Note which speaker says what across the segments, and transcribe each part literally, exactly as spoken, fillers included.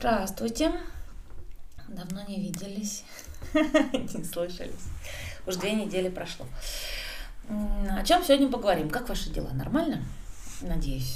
Speaker 1: Здравствуйте. Давно не виделись, не слышались. Уж две недели прошло. О чем сегодня поговорим? Как ваши дела? Нормально? Надеюсь.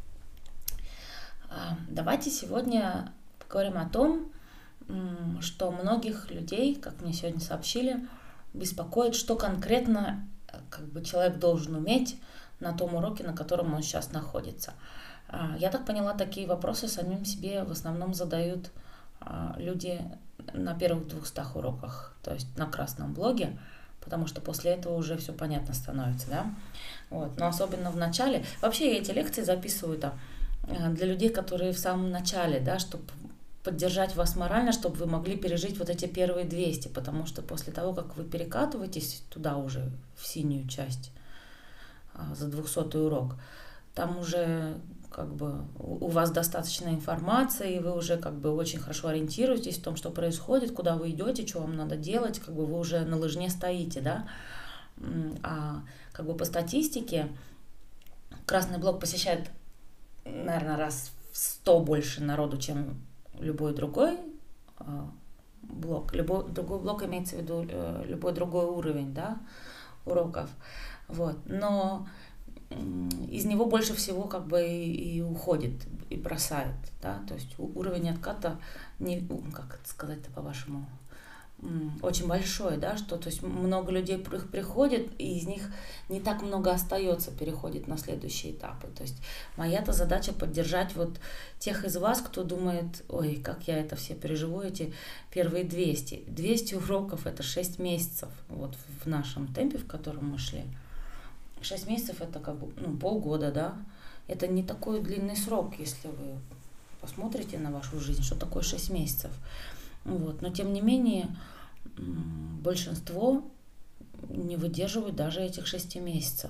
Speaker 1: Давайте сегодня поговорим о том, что многих людей, как мне сегодня сообщили, беспокоит, что конкретно как бы человек должен уметь на том уроке, на котором он сейчас находится. Я так поняла, такие вопросы самим себе в основном задают люди на первых двухстах уроках, то есть на красном блоге, потому что после этого уже все понятно становится, да. Вот. Но особенно в начале. Вообще я эти лекции записываю да, для людей, которые в самом начале, да, чтобы поддержать вас морально, чтобы вы могли пережить вот эти первые двести, потому что после того, как вы перекатываетесь туда уже, в синюю часть, за двухсотый урок, там уже как бы у вас достаточно информации, и вы уже как бы очень хорошо ориентируетесь в том, что происходит, куда вы идете, что вам надо делать, как бы вы уже на лыжне стоите, да. А как бы по статистике красный блок посещает, наверное, раз в сто больше народу, чем любой другой блок. Любой другой блок имеется в виду любой другой уровень, да, уроков. Вот. Но из него больше всего как бы и, и уходит, и бросает, да, то есть уровень отката, не, как это сказать-то по-вашему, очень большой, да, что, то есть много людей приходит, и из них не так много остается, переходит на следующие этапы. То есть моя-то задача поддержать вот тех из вас, кто думает, ой, как я это все переживу, эти первые двести. двести уроков — это шесть месяцев, вот в нашем темпе, в котором мы шли. шесть месяцев — это как бы ну, полгода, да. Это не такой длинный срок, если вы посмотрите на вашу жизнь, что такое шесть месяцев. Вот. Но тем не менее, большинство не выдерживают даже этих шести месяцев.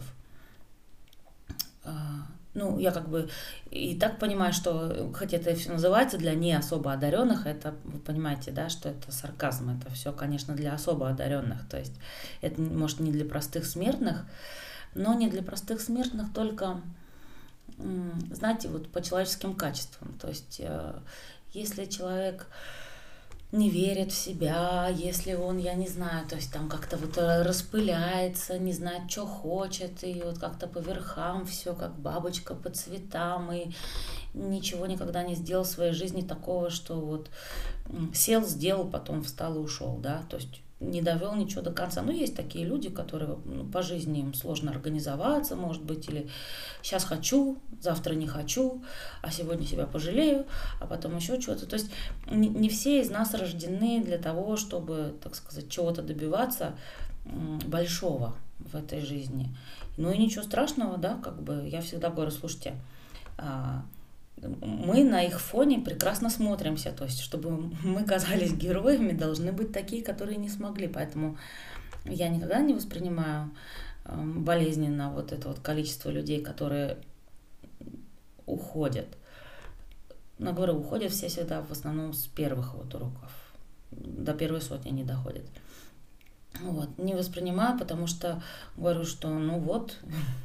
Speaker 1: Ну, я как бы и так понимаю, что, хотя это все называется для не особо одаренных, это, вы понимаете, да, что это сарказм, это все, конечно, для особо одаренных. То есть это, может, не для простых смертных, но не для простых смертных, только, знаете, вот по человеческим качествам. То есть если человек не верит в себя, если он, я не знаю, то есть там как-то вот распыляется, не знает, что хочет, и вот как-то по верхам все как бабочка по цветам, и ничего никогда не сделал в своей жизни такого, что вот сел, сделал, потом встал и ушел, да, то есть не довел ничего до конца. Ну, есть такие люди, которые ну, по жизни им сложно организоваться, может быть, или сейчас хочу, завтра не хочу, а сегодня себя пожалею, а потом еще что-то. То есть не, не все из нас рождены для того, чтобы, так сказать, чего-то добиваться большого в этой жизни. Ну и ничего страшного, да, как бы я всегда говорю, слушайте, мы на их фоне прекрасно смотримся, то есть, чтобы мы казались героями, должны быть такие, которые не смогли, поэтому я никогда не воспринимаю болезненно вот это вот количество людей, которые уходят. Но говорю, уходят все всегда в основном с первых вот уроков, до первой сотни не доходят. Вот, не воспринимаю, потому что говорю, что ну вот,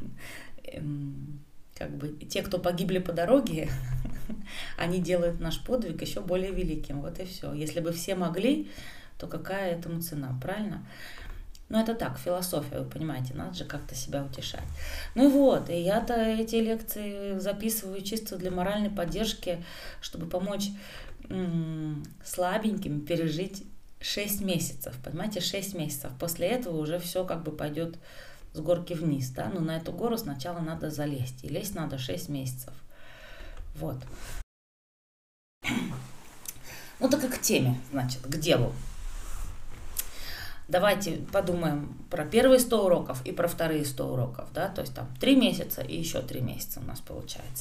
Speaker 1: как бы те, кто погибли по дороге, они делают наш подвиг еще более великим. Вот и все. Если бы все могли, то какая этому цена, правильно? Ну, это так, философия, вы понимаете, надо же как-то себя утешать. Ну и вот, и я-то эти лекции записываю чисто для моральной поддержки, чтобы помочь м- слабеньким пережить шесть месяцев, понимаете, шесть месяцев. После этого уже все как бы пойдет с горки вниз, да, но на эту гору сначала надо залезть, и лезть надо шесть месяцев. Вот. Ну так и к теме, значит, к делу. Давайте подумаем про первые сто уроков и про вторые сто уроков, да, то есть там три месяца и еще три месяца у нас получается.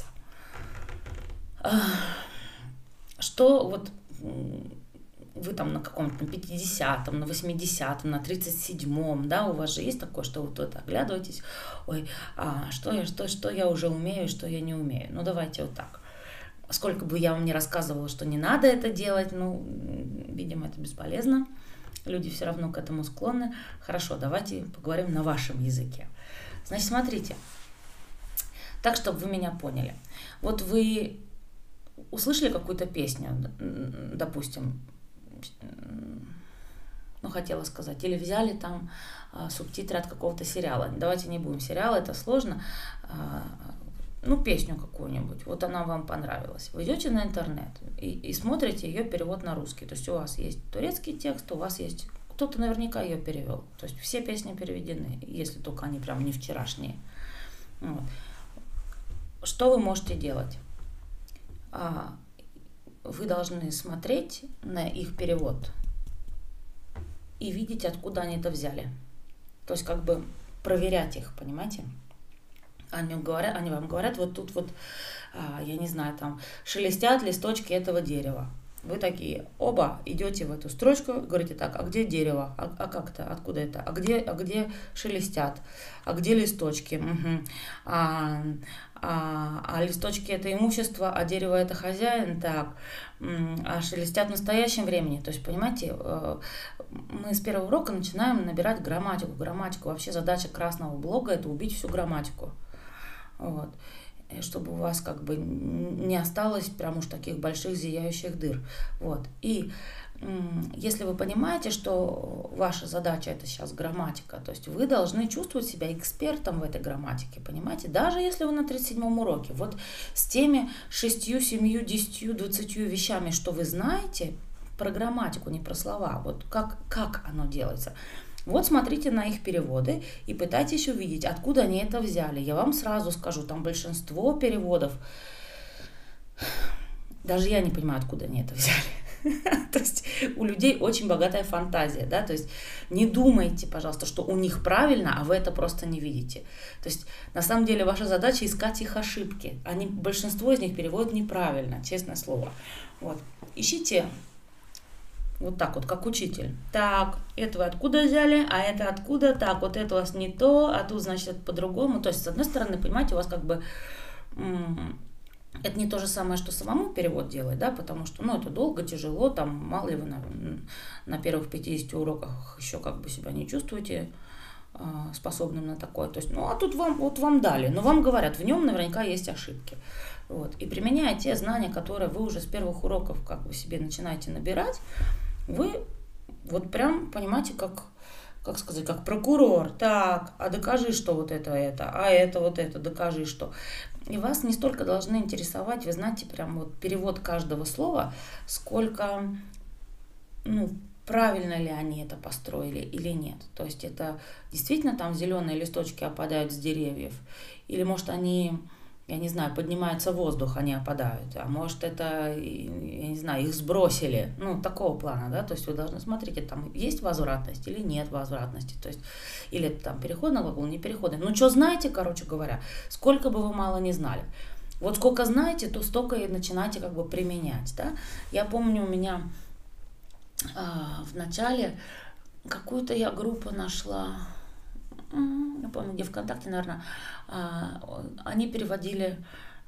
Speaker 1: Что вот вы там на каком-то пятидесятом, на восьмидесятом, на тридцать седьмом, да, у вас же есть такое, что вот вы оглядываетесь, ой, а что я, что, что я уже умею, что я не умею. Ну, давайте вот так. Сколько бы я вам ни рассказывала, что не надо это делать, ну, видимо, это бесполезно. Люди все равно к этому склонны. Хорошо, давайте поговорим на вашем языке. Значит, смотрите, так, чтобы вы меня поняли. Вот вы услышали какую-то песню, допустим, ну, хотела сказать, или взяли там а, субтитры от какого-то сериала. Давайте не будем сериал, это сложно. А, ну, песню какую-нибудь, вот она вам понравилась. Вы идете на интернет и, и смотрите ее перевод на русский. То есть у вас есть турецкий текст, у вас есть... Кто-то наверняка ее перевел. То есть все песни переведены, если только они прям не вчерашние. Вот. Что вы можете делать? А, вы должны смотреть на их перевод и видеть, откуда они это взяли. То есть как бы проверять их, понимаете? Они, говорят, они вам говорят, вот тут вот, а, я не знаю, там шелестят листочки этого дерева. Вы такие, оба идете в эту строчку, говорите так, а где дерево? А, а как это? Откуда это? А где, а где шелестят? А где листочки? Угу. А, а, а листочки это имущество, а дерево это хозяин, так. А шелестят в настоящем времени. То есть, понимаете, мы с первого урока начинаем набирать грамматику. Грамматику. Вообще задача красного блока это убить всю грамматику. Вот. Чтобы у вас как бы не осталось прям уж таких больших зияющих дыр. Вот. И если вы понимаете, что ваша задача это сейчас грамматика, то есть вы должны чувствовать себя экспертом в этой грамматике, понимаете? Даже если вы на тридцать седьмом уроке, вот с теми шестью, семью, десятью, двадцатью вещами, что вы знаете про грамматику, не про слова, вот как, как оно делается. Вот смотрите на их переводы и пытайтесь увидеть, откуда они это взяли. Я вам сразу скажу, там большинство переводов, даже я не понимаю, откуда они это взяли. То есть у людей очень богатая фантазия, да, то есть не думайте, пожалуйста, что у них правильно, а вы это просто не видите. То есть на самом деле ваша задача искать их ошибки. Они, большинство из них переводят неправильно, честное слово. Вот. Ищите. Вот так вот, как учитель. Так, это вы откуда взяли, а это откуда? Так, вот это у вас не то, а тут, значит, это по-другому. То есть, с одной стороны, понимаете, у вас как бы... М- это не то же самое, что самому перевод делать, да, потому что, ну, это долго, тяжело, там, мало ли вы на, на первых пятидесяти уроках еще как бы себя не чувствуете э, способным на такое. То есть, ну, а тут вам, вот вам дали, но вам говорят, в нем наверняка есть ошибки. Вот. И применяя те знания, которые вы уже с первых уроков как бы себе начинаете набирать, вы вот прям понимаете, как, как сказать, как прокурор. Так, а докажи, что вот это, это, а это, вот это, докажи, что. И вас не столько должны интересовать, вы знаете, прям вот перевод каждого слова, сколько, ну, правильно ли они это построили или нет. То есть это действительно там зеленые листочки опадают с деревьев, или может они... Я не знаю, поднимается воздух, они опадают. А может, это, я не знаю, их сбросили. Ну, такого плана, да. То есть вы должны смотреть, там есть возвратность или нет возвратности. То есть, или там переходный глагол, не переходный. Ну, что знаете, короче говоря, сколько бы вы мало не знали. Вот сколько знаете, то столько и начинаете как бы применять, да. Я помню, у меня а, в начале какую-то я группу нашла... Я помню, где ВКонтакте, наверное, они переводили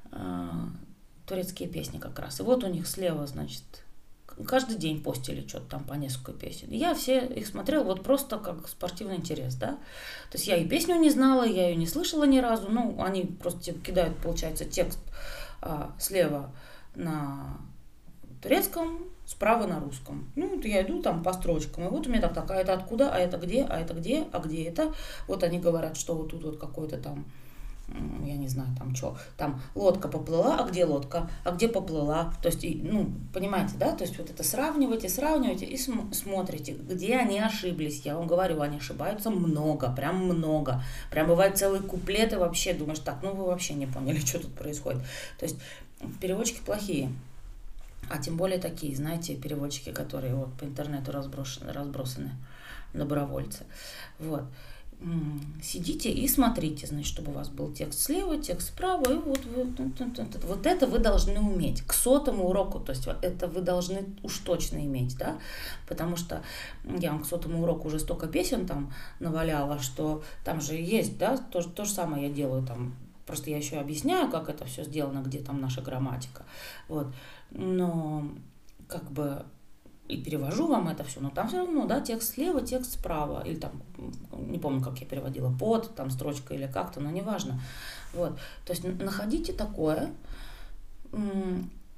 Speaker 1: турецкие песни как раз. И вот у них слева, значит, каждый день постили что-то там по несколько песен. И я все их смотрела вот просто как спортивный интерес, да. То есть я и песню не знала, я ее не слышала ни разу. Ну, они просто кидают, получается, текст слева на турецком, справа на русском. Ну, вот я иду там по строчкам, и вот у меня так, так, а это откуда, а это где, а это где, а где это? Вот они говорят, что вот тут вот какой-то там, я не знаю, там что, там лодка поплыла, а где лодка, а где поплыла? То есть, ну, понимаете, да? То есть вот это сравнивайте, сравнивайте и см- смотрите, где они ошиблись. Я вам говорю, они ошибаются много, прям много. Прям бывает целые куплеты вообще, думаешь, так, ну вы вообще не поняли, что тут происходит. То есть переводчики плохие. А тем более такие, знаете, переводчики, которые вот по интернету разбросаны, разбросаны добровольцы. Вот. Сидите и смотрите, значит, чтобы у вас был текст слева, текст справа, и вот, вот, вот, вот это вы должны уметь к сотому уроку, то есть это вы должны уж точно иметь, да, потому что я вам к сотому уроку уже столько песен там наваляла, что там же есть, да, то, то же самое я делаю там, просто я еще объясняю, как это все сделано, где там наша грамматика, вот. Но как бы и перевожу вам это все, но там все равно, да, текст слева, текст справа, или там, не помню, как я переводила, под, там, строчка или как-то, но неважно. Вот, то есть находите такое,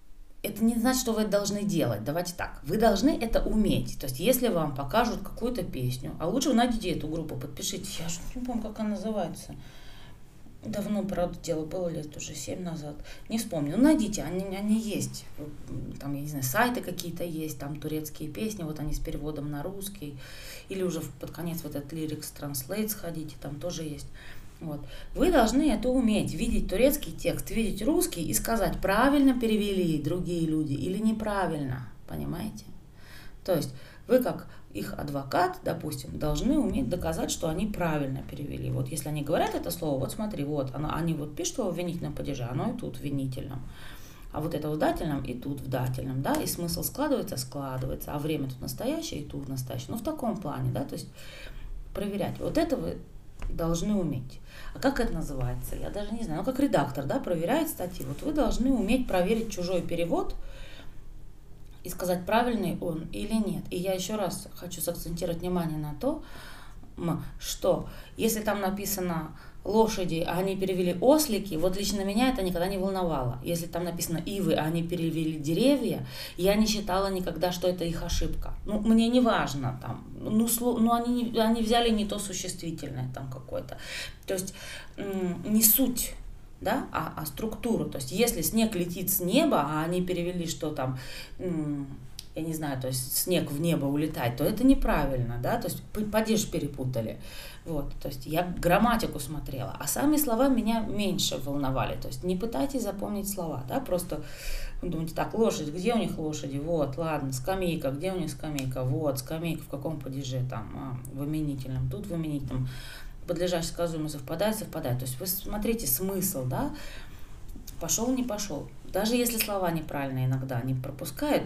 Speaker 1: это не значит, что вы это должны делать. Давайте так. Вы должны это уметь. То есть, если вам покажут какую-то песню, а лучше вы найдите эту группу, подпишитесь. Я же не помню, как она называется. Давно, правда, дело было лет уже семь назад. Не вспомню. Ну, найдите, они, они есть. Там, я не знаю, сайты какие-то есть, там турецкие песни, вот они с переводом на русский. Или уже под конец вот этот Lyrics Translate сходите, там тоже есть. Вот. Вы должны это уметь, видеть турецкий текст, видеть русский и сказать, правильно перевели другие люди или неправильно, понимаете? То есть вы как их адвокат, допустим, должны уметь доказать, что они правильно перевели. Вот если они говорят это слово, вот смотри, вот оно, они вот пишут его в винительном падеже, оно и тут в винительном. А вот это в дательном и тут в дательном, да, и смысл складывается, складывается, а время тут настоящее и тут настоящее. Ну, в таком плане, да, то есть проверять. Вот это вы должны уметь. А как это называется? Я даже не знаю. Ну, как редактор, да, проверяет статьи. Вот вы должны уметь проверить чужой перевод и сказать, правильный он или нет. И я еще раз хочу сакцентировать внимание на то, что если там написано лошади, а они перевели ослики, вот лично меня это никогда не волновало. Если там написано ивы, а они перевели деревья, я не считала никогда, что это их ошибка. Ну, мне не важно там, ну, сло, ну они, они взяли не то существительное там какое-то. То есть не суть, да, а, а структуру. То есть если снег летит с неба, а они перевели, что там, я не знаю, то есть снег в небо улетает, то это неправильно, да, то есть падеж перепутали. Вот, то есть я грамматику смотрела, а сами слова меня меньше волновали. То есть не пытайтесь запомнить слова, да, просто думайте, так, лошадь, где у них лошади? Вот, ладно, скамейка, где у них скамейка? Вот, скамейка в каком падеже там, а, в именительном, тут в именительном. Подлежащее сказуемое совпадает, совпадает. То есть вы смотрите смысл, да, пошел, не пошел. Даже если слова неправильные иногда не пропускают,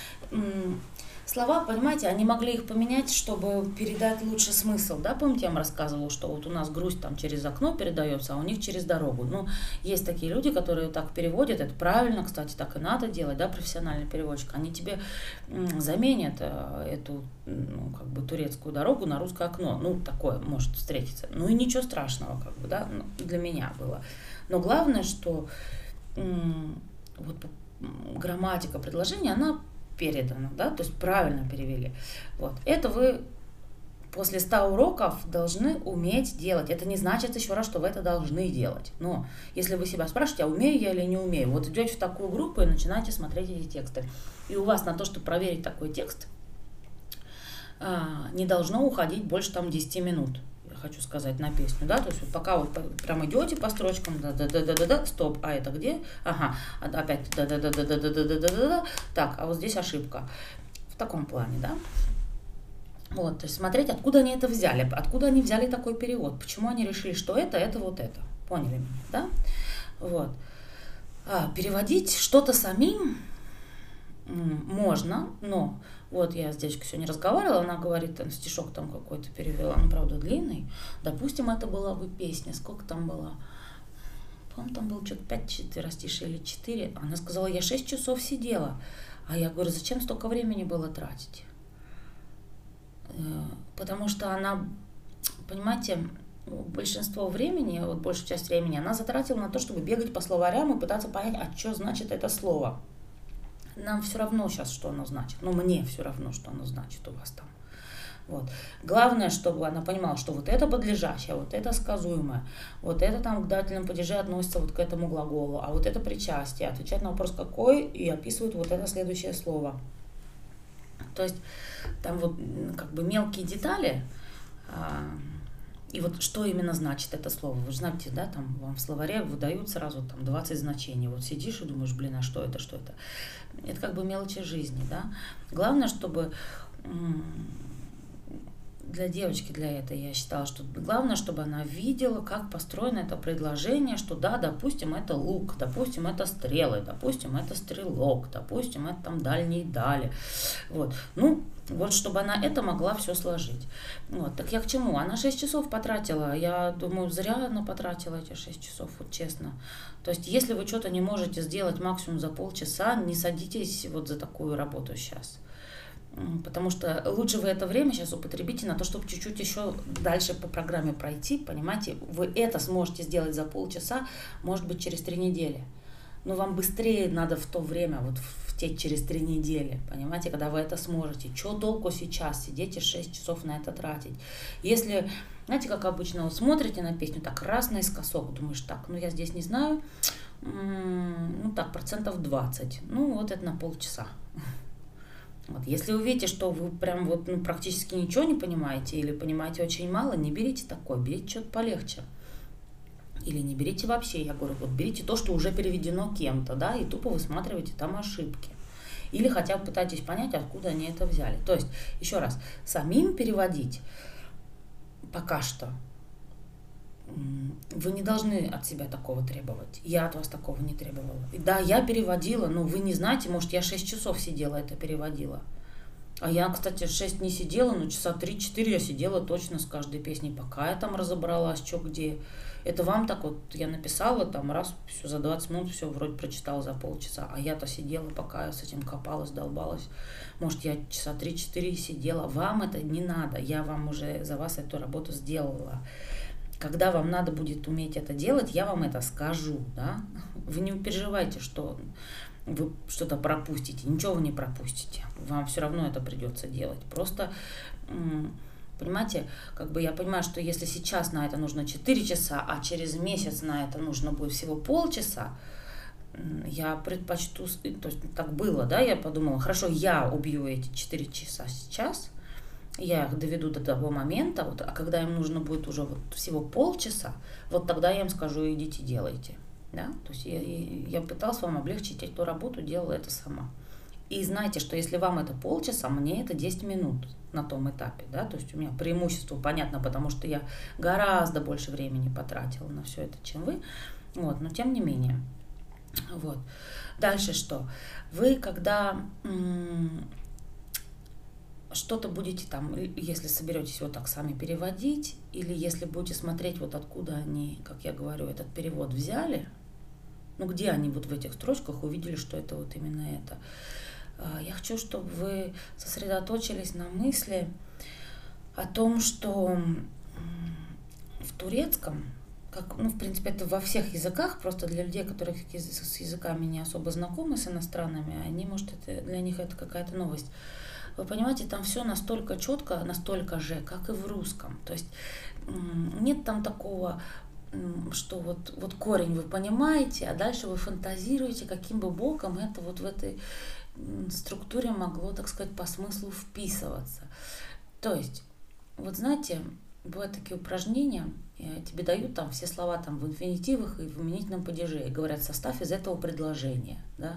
Speaker 1: слова, понимаете, они могли их поменять, чтобы передать лучше смысл, да, помните, я вам рассказывала, что вот у нас грусть там через окно передается, а у них через дорогу. Ну, есть такие люди, которые так переводят, это правильно, кстати, так и надо делать, да, профессиональный переводчик, они тебе заменят эту, ну, как бы турецкую дорогу на русское окно, ну, такое может встретиться, ну, и ничего страшного, как бы, да, для меня было. Но главное, что вот грамматика предложения, она передано, да, то есть правильно перевели. Вот. Это вы после ста уроков должны уметь делать. Это не значит еще раз, что вы это должны делать. Но если вы себя спрашиваете, а умею я или не умею, вот идете в такую группу и начинаете смотреть эти тексты. И у вас на то, чтобы проверить такой текст, не должно уходить больше там десяти минут. Хочу сказать, на песню, да, то есть вот пока вот прям идете по строчкам, да-да-да-да-да, стоп, а это где? Ага, опять да-да-да-да-да-да-да-да-да, так, а вот здесь ошибка. В таком плане, да. Вот, то есть смотреть, откуда они это взяли, откуда они взяли такой перевод, почему они решили, что это, это, вот это. Поняли меня, да? Вот. А, переводить что-то самим можно, но вот я с девочкой сегодня разговаривала, она говорит, там стишок там какой-то перевела, ну, правда, длинный. Допустим, это была бы песня, сколько там было? По-моему, там было что-то пять четверостишей или четыре. Она сказала, я шесть часов сидела. А я говорю, зачем столько времени было тратить? Потому что она, понимаете, большинство времени, вот большую часть времени она затратила на то, чтобы бегать по словарям и пытаться понять, а что значит это слово. Нам все равно сейчас, что оно значит. Ну, мне все равно, что оно значит у вас там. Вот. Главное, чтобы она понимала, что вот это подлежащее, вот это сказуемое, вот это там к дательному падеже относится вот к этому глаголу, а вот это причастие, отвечать на вопрос какой и описывает вот это следующее слово. То есть там вот как бы мелкие детали, а, и вот что именно значит это слово. Вы же знаете, да, там вам в словаре выдают сразу там двадцать значений. Вот сидишь и думаешь, блин, а что это, что это? Это как бы мелочи жизни, да. Главное, чтобы для девочки, для этой, я считала, что главное, чтобы она видела, как построено это предложение, что да, допустим, это лук, допустим, это стрелы, допустим, это стрелок, допустим, это там дальние дали. Вот. Ну, вот чтобы она это могла все сложить. Вот. Так я к чему? Она шесть часов потратила. Я думаю, зря она потратила эти шесть часов, вот честно. То есть, если вы что-то не можете сделать максимум за полчаса, не садитесь вот за такую работу сейчас. Потому что лучше вы это время сейчас употребите на то, чтобы чуть-чуть еще дальше по программе пройти, понимаете? Вы это сможете сделать за полчаса, может быть, через три недели. но вам быстрее надо в то время, вот в те через три недели, понимаете, когда вы это сможете. Что толку сейчас сидеть и шесть часов на это тратить? Если, знаете, как обычно, вот смотрите на песню, так раз наискосок, думаешь, так, ну я здесь не знаю, ну так, процентов двадцать, ну вот это на полчаса. Вот. Если вы видите, что вы прям вот ну, практически ничего не понимаете или понимаете очень мало, не берите такое, берите что-то полегче. Или не берите вообще, я говорю, вот берите то, что уже переведено кем-то, да, и тупо высматривайте там ошибки. Или хотя бы пытайтесь понять, откуда они это взяли. То есть, еще раз, самим переводить пока что вы не должны от себя такого требовать. Я от вас такого не требовала. И да, я переводила, но вы не знаете, может, я шесть часов сидела, это переводила. А я, кстати, шесть не сидела, но часа три-четыре я сидела точно с каждой песней, пока я там разобралась, что где. Это вам так вот, я написала там раз, все за двадцать минут, все вроде прочитала за полчаса. А я-то сидела, пока я с этим копалась, долбалась. Может, я часа три-четыре сидела. Вам это не надо, я вам уже за вас эту работу сделала. Когда вам надо будет уметь это делать, я вам это скажу, да. Вы не переживайте, что вы что-то пропустите. Ничего вы не пропустите. Вам все равно это придется делать. Просто, понимаете, как бы я понимаю, что если сейчас на это нужно четыре часа, а через месяц на это нужно будет всего полчаса, я предпочту, то есть так было, да, я подумала, хорошо, я убью эти четыре часа сейчас, я их доведу до того момента, вот, а когда им нужно будет уже вот всего полчаса, вот тогда я им скажу, идите делайте. Да? То есть я, я пыталась вам облегчить эту работу, делала это сама. И знайте, что если вам это полчаса, мне это десять минут на том этапе. Да? То есть у меня преимущество понятно, потому что я гораздо больше времени потратила на все это, чем вы. Вот, но тем не менее. Вот. Дальше что? Вы когда м- что-то будете там, если соберетесь вот так сами переводить, или если будете смотреть, вот откуда они, как я говорю, этот перевод взяли, ну где они вот в этих строчках увидели, что это вот именно это. Я хочу, чтобы вы сосредоточились на мысли о том, что в турецком, как, ну, в принципе, это во всех языках, просто для людей, которые с языками не особо знакомы, с иностранными, они, может, это, для них это какая-то новость. Вы понимаете, там все настолько четко, настолько же, как и в русском. То есть нет там такого, что вот, вот корень вы понимаете, а дальше вы фантазируете, каким бы боком это вот в этой структуре могло, так сказать, по смыслу вписываться. То есть, вот знаете, бывают такие упражнения, тебе дают там все слова там в инфинитивах и в именительном падеже, и говорят, составь из этого предложения, да.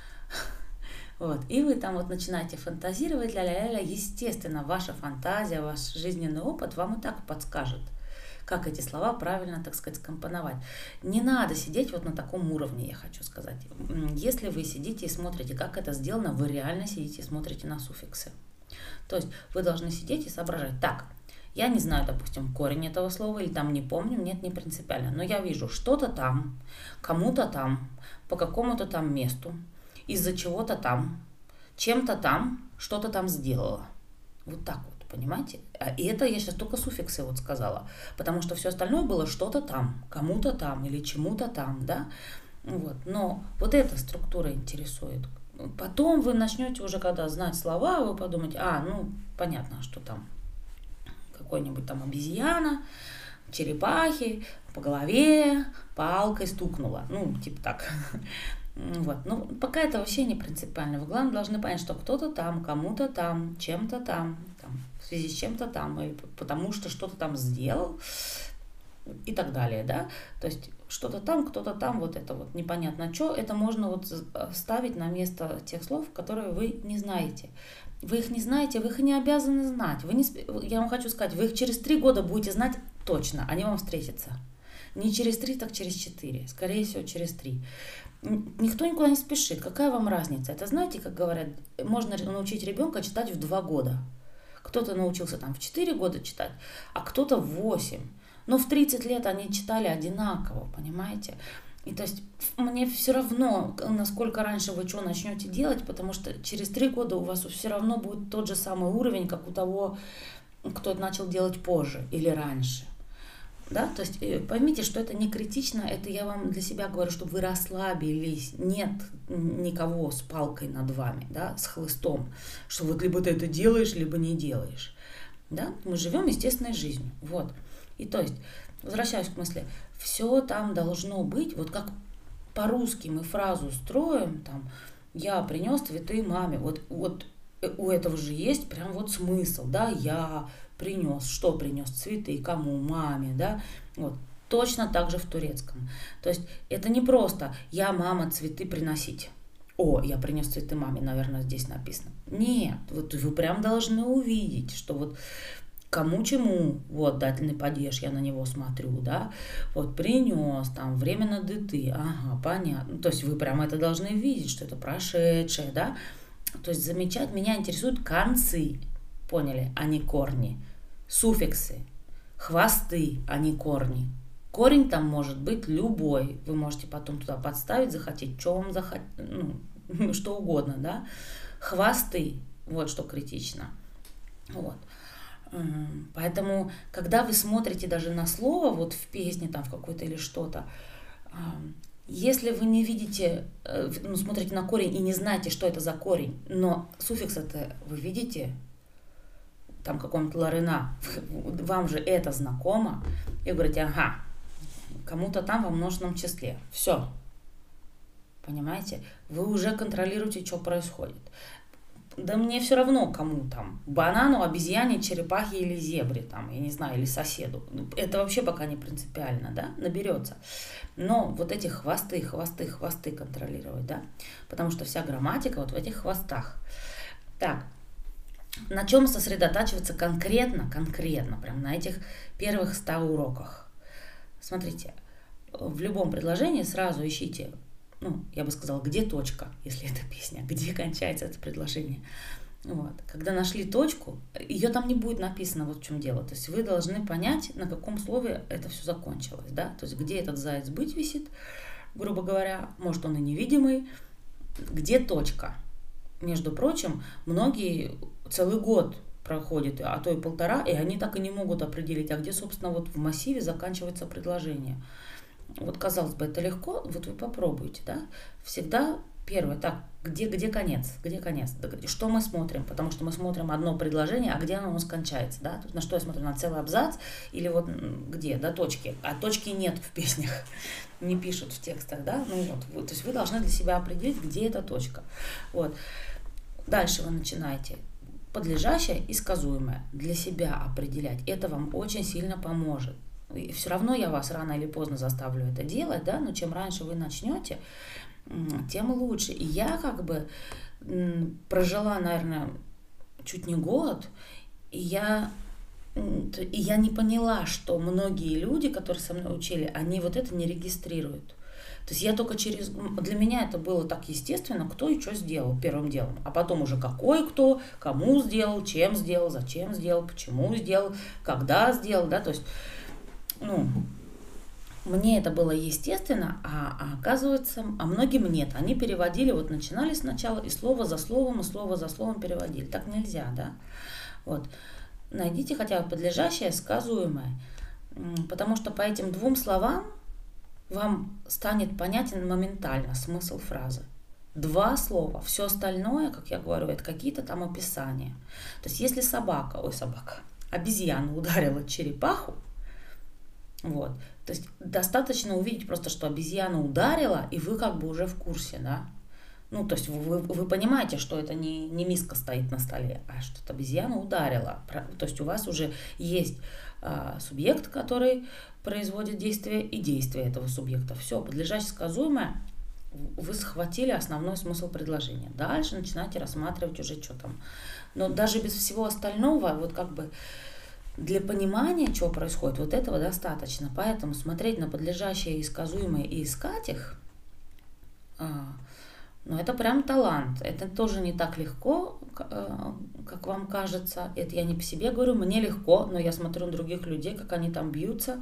Speaker 1: Вот. И вы там вот начинаете фантазировать, ля-ля-ля, естественно, ваша фантазия, ваш жизненный опыт вам и так подскажет, как эти слова правильно, так сказать, скомпоновать. Не надо сидеть вот на таком уровне, я хочу сказать. Если вы сидите и смотрите, как это сделано, вы реально сидите и смотрите на суффиксы. То есть вы должны сидеть и соображать. Так, я не знаю, допустим, корень этого слова, или там не помню, нет, не принципиально, но я вижу что-то там, кому-то там, по какому-то там месту, из-за чего-то там, чем-то там, что-то там сделала. Вот так вот, понимаете? И это я сейчас только суффиксы вот сказала, потому что все остальное было что-то там, кому-то там или чему-то там, да? Вот. Но вот эта структура интересует. Потом вы начнете уже, когда знать слова, вы подумаете, а, ну, понятно, что там какой-нибудь там обезьяна, черепахи, по голове палкой стукнула. Ну, типа так. Вот. Ну, пока это вообще не принципиально. Вы, главное, должны понять, что кто-то там, кому-то там, чем-то там, там, в связи с чем-то там, или потому что что-то там сделал и так далее, да. То есть что-то там, кто-то там, вот это вот непонятно что, это можно вот ставить на место тех слов, которые вы не знаете. Вы их не знаете, вы их не обязаны знать. Вы не, я вам хочу сказать, вы их через три года будете знать точно, они вам встретятся. Не через три, так через четыре. Скорее всего, через три. Никто никуда не спешит. Какая вам разница? Это, знаете, как говорят, можно научить ребенка читать в два года. Кто-то научился там в четыре года читать, а кто-то в восемь. Но в тридцать лет они читали одинаково, понимаете? И то есть мне все равно, насколько раньше вы что начнете делать, потому что через три года у вас все равно будет тот же самый уровень, как у того, кто это начал делать позже или раньше. Да, то есть поймите, что это не критично, это я вам для себя говорю, чтобы вы расслабились, нет никого с палкой над вами, да, с хлыстом, что вот либо ты это делаешь, либо не делаешь, да, мы живем естественной жизнью, вот, и то есть, возвращаюсь к мысли, все там должно быть, вот как по-русски мы фразу строим, там, я принес цветы маме, вот, вот у этого же есть прям вот смысл, да, я принес, что принес, цветы, кому, маме, да, вот, точно так же в турецком. То есть это не просто я, мама, цветы приносить. О, я принес цветы маме, наверное, здесь написано. Нет, вот вы прям должны увидеть, что вот кому чему, вот, дательный падеж, я на него смотрю, да, вот, принес, там, временно дыты, ага, понятно, то есть вы прям это должны видеть, что это прошедшее, да, то есть замечать, меня интересуют концы, поняли, а не корни, суффиксы, хвосты, а не корни. Корень там может быть любой, вы можете потом туда подставить, захотеть, что вам захотеть, ну, что угодно, да, хвосты, вот что критично, вот. Поэтому, когда вы смотрите даже на слово, вот в песне там в какой-то или что-то, если вы не видите, ну, смотрите на корень и не знаете, что это за корень, но суффикс это вы видите, там каком-то ларена, вам же это знакомо, и вы говорите, ага, кому-то там во множественном числе, все, понимаете, вы уже контролируете, что происходит. Да мне все равно, кому там, банану, обезьяне, черепахе или зебре, там, я не знаю, или соседу. Это вообще пока не принципиально, да, наберется. Но вот эти хвосты, хвосты, хвосты контролировать, да, потому что вся грамматика вот в этих хвостах. Так, на чем сосредотачиваться конкретно, конкретно, прям на этих первых ста уроках? Смотрите, в любом предложении сразу ищите, ну, я бы сказала, где точка, если это песня, где кончается это предложение. Вот. Когда нашли точку, ее там не будет написано, вот в чем дело. То есть вы должны понять, на каком слове это все закончилось, да, то есть где этот заяц быть висит, грубо говоря, может он и невидимый, где точка. Между прочим, многие целый год проходят, а то и полтора, и они так и не могут определить, а где, собственно, вот в массиве заканчивается предложение. Вот, казалось бы, это легко, вот вы попробуйте, да, всегда первое, так, где, где конец, где конец, что мы смотрим, потому что мы смотрим одно предложение, а где оно у нас кончается, да, на что я смотрю, на целый абзац или вот где, до точки, а точки нет в песнях, не пишут в текстах, да, ну вот, то есть вы должны для себя определить, где эта точка, вот, дальше вы начинаете, подлежащее и сказуемое, для себя определять, это вам очень сильно поможет. И все равно я вас рано или поздно заставлю это делать, да, но чем раньше вы начнете, тем лучше. И я как бы прожила, наверное, чуть не год, и я, и я не поняла, что многие люди, которые со мной учили, они вот это не регистрируют. То есть я только через... Для меня это было так естественно, кто и что сделал первым делом. А потом уже какой кто, кому сделал, чем сделал, зачем сделал, почему сделал, когда сделал, да, то есть... Ну, мне это было естественно, а, а оказывается, а многим нет. Они переводили, вот начинали сначала, и слово за словом, и слово за словом переводили. Так нельзя, да? Вот. Найдите хотя бы подлежащее, сказуемое, потому что по этим двум словам вам станет понятен моментально смысл фразы. Два слова, все остальное, как я говорю, это какие-то там описания. То есть если собака, ой, собака, обезьяна ударила черепаху, вот. То есть достаточно увидеть просто, что обезьяна ударила, и вы как бы уже в курсе, да. Ну, то есть вы, вы понимаете, что это не, не миска стоит на столе, а что это обезьяна ударила. То есть у вас уже есть а, субъект, который производит действие, и действие этого субъекта. Все, подлежащее сказуемое, вы схватили основной смысл предложения. Дальше начинаете рассматривать уже, что там. Но даже без всего остального, вот как бы для понимания, что происходит, вот этого достаточно. Поэтому смотреть на подлежащее и сказуемое и искать их, а, ну, это прям талант. Это тоже не так легко, как вам кажется. Это я не по себе говорю, мне легко, но я смотрю на других людей, как они там бьются,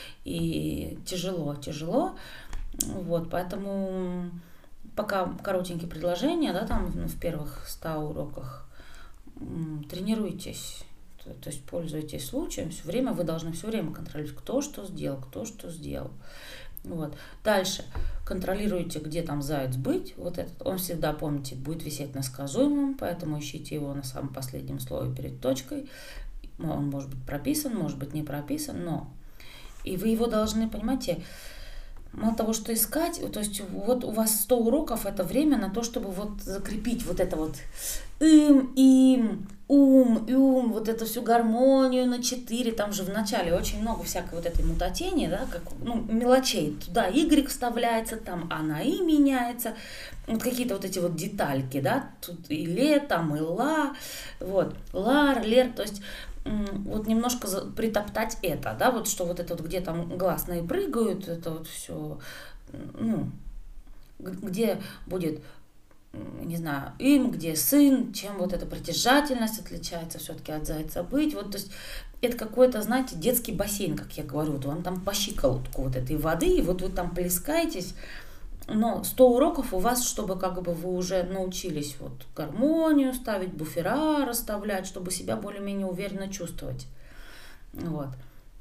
Speaker 1: и тяжело, тяжело. Вот, поэтому пока коротенькие предложения, да, там в первых ста уроках, тренируйтесь. То есть пользуйтесь случаем, все время вы должны все время контролировать, кто что сделал, кто что сделал. Вот. Дальше контролируйте, где там заяц быть. Вот этот, он всегда, помните, будет висеть на сказуемом, поэтому ищите его на самом последнем слове перед точкой. Он может быть прописан, может быть не прописан, но и вы его должны, понимаете, мало того, что искать, то есть вот у вас сто уроков, это время на то, чтобы вот закрепить вот это вот им, им, ум, ум, вот эту всю гармонию на четыре, там же в начале очень много всякой вот этой мутатени, да, как, ну, мелочей, туда Y вставляется, там она и меняется, вот какие-то вот эти вот детальки, да, тут и ле, там и ла, вот, лар, лер, то есть вот немножко притоптать это, да, вот что вот это вот, где там гласные прыгают, это вот все, ну, где будет, не знаю, им, где сын, чем вот эта притяжательность отличается все-таки от зайца быть, вот, то есть это какой-то, знаете, детский бассейн, как я говорю, вот он там по щиколотку вот этой воды, и вот вы там плескаетесь. Но сто уроков у вас, чтобы как бы вы уже научились вот гармонию ставить, буфера расставлять, чтобы себя более-менее уверенно чувствовать. Вот.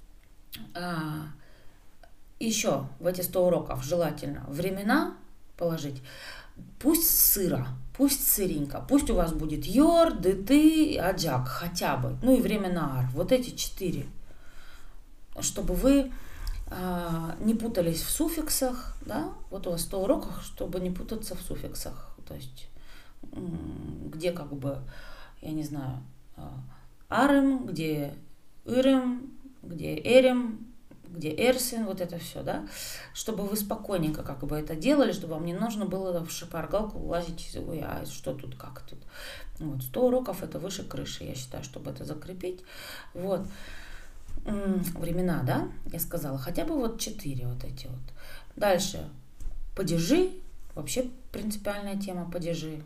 Speaker 1: А, еще в эти сто уроков желательно времена положить. Пусть сыро, пусть сыренько, пусть у вас будет йор, дыты, аджак хотя бы. Ну и время на ар. Вот эти четыре. Чтобы вы не путались в суффиксах, да, вот у вас сто уроков, чтобы не путаться в суффиксах, то есть где как бы, я не знаю, арем, где ирем, где эрем, где эрсин, вот это все, да, чтобы вы спокойненько как бы это делали, чтобы вам не нужно было в шпаргалку лазить, ой, а что тут, как тут. Вот, сто уроков это выше крыши, я считаю, чтобы это закрепить, вот. Времена, да, я сказала, хотя бы вот четыре вот эти вот. Дальше, падежи, вообще принципиальная тема падежи.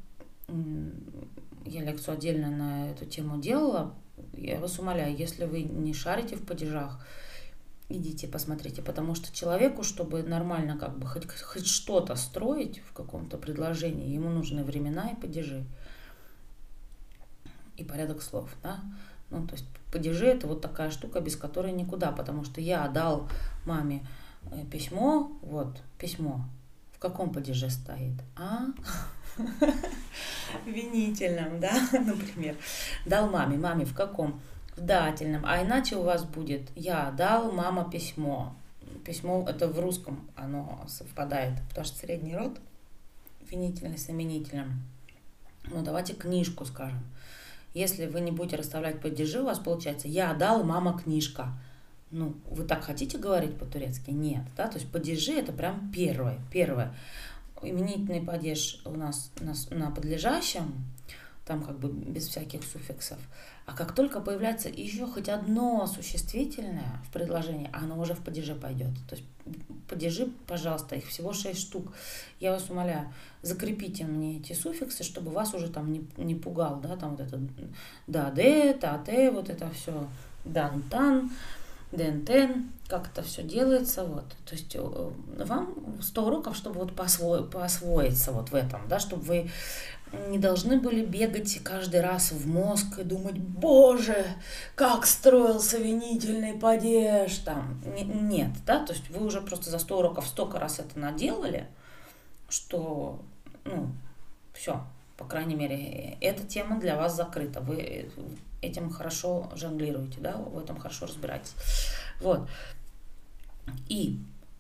Speaker 1: Я лекцию отдельно на эту тему делала. Я вас умоляю, если вы не шарите в падежах, идите посмотрите, потому что человеку, чтобы нормально как бы хоть, хоть что-то строить в каком-то предложении, ему нужны времена и падежи. И порядок слов, да. Ну, то есть падежи это вот такая штука, без которой никуда, потому что я дал маме письмо, вот, письмо, в каком падеже стоит? А? Винительном, да, например. Дал маме, маме в каком? В дательном, а иначе у вас будет я дал, мама письмо. Письмо это в русском, оно совпадает, потому что средний род винительный с именительным. Ну, давайте книжку скажем. Если вы не будете расставлять падежи, у вас получается «я дал, мама книжка». Ну, вы так хотите говорить по-турецки? Нет, да, то есть падежи это прям первое, первое. Именительный падеж у нас на, на подлежащем, там как бы без всяких суффиксов. А как только появляется еще хоть одно существительное в предложении, оно уже в падеже пойдет. То есть падежи, пожалуйста, их всего шесть штук. Я вас умоляю, закрепите мне эти суффиксы, чтобы вас уже там не, не пугал, да, там вот это да-де, та-те, вот это все, дан-тан, ден-тен, как это все делается, вот. То есть вам сто уроков, чтобы вот поосво... поосвоиться вот в этом, да, чтобы вы не должны были бегать каждый раз в мозг и думать, боже, как строился винительный падеж, там, нет, да, то есть вы уже просто за сто уроков столько раз это наделали, что, ну, все, по крайней мере, эта тема для вас закрыта, вы этим хорошо жонглируете, да, в этом хорошо разбираетесь, вот, и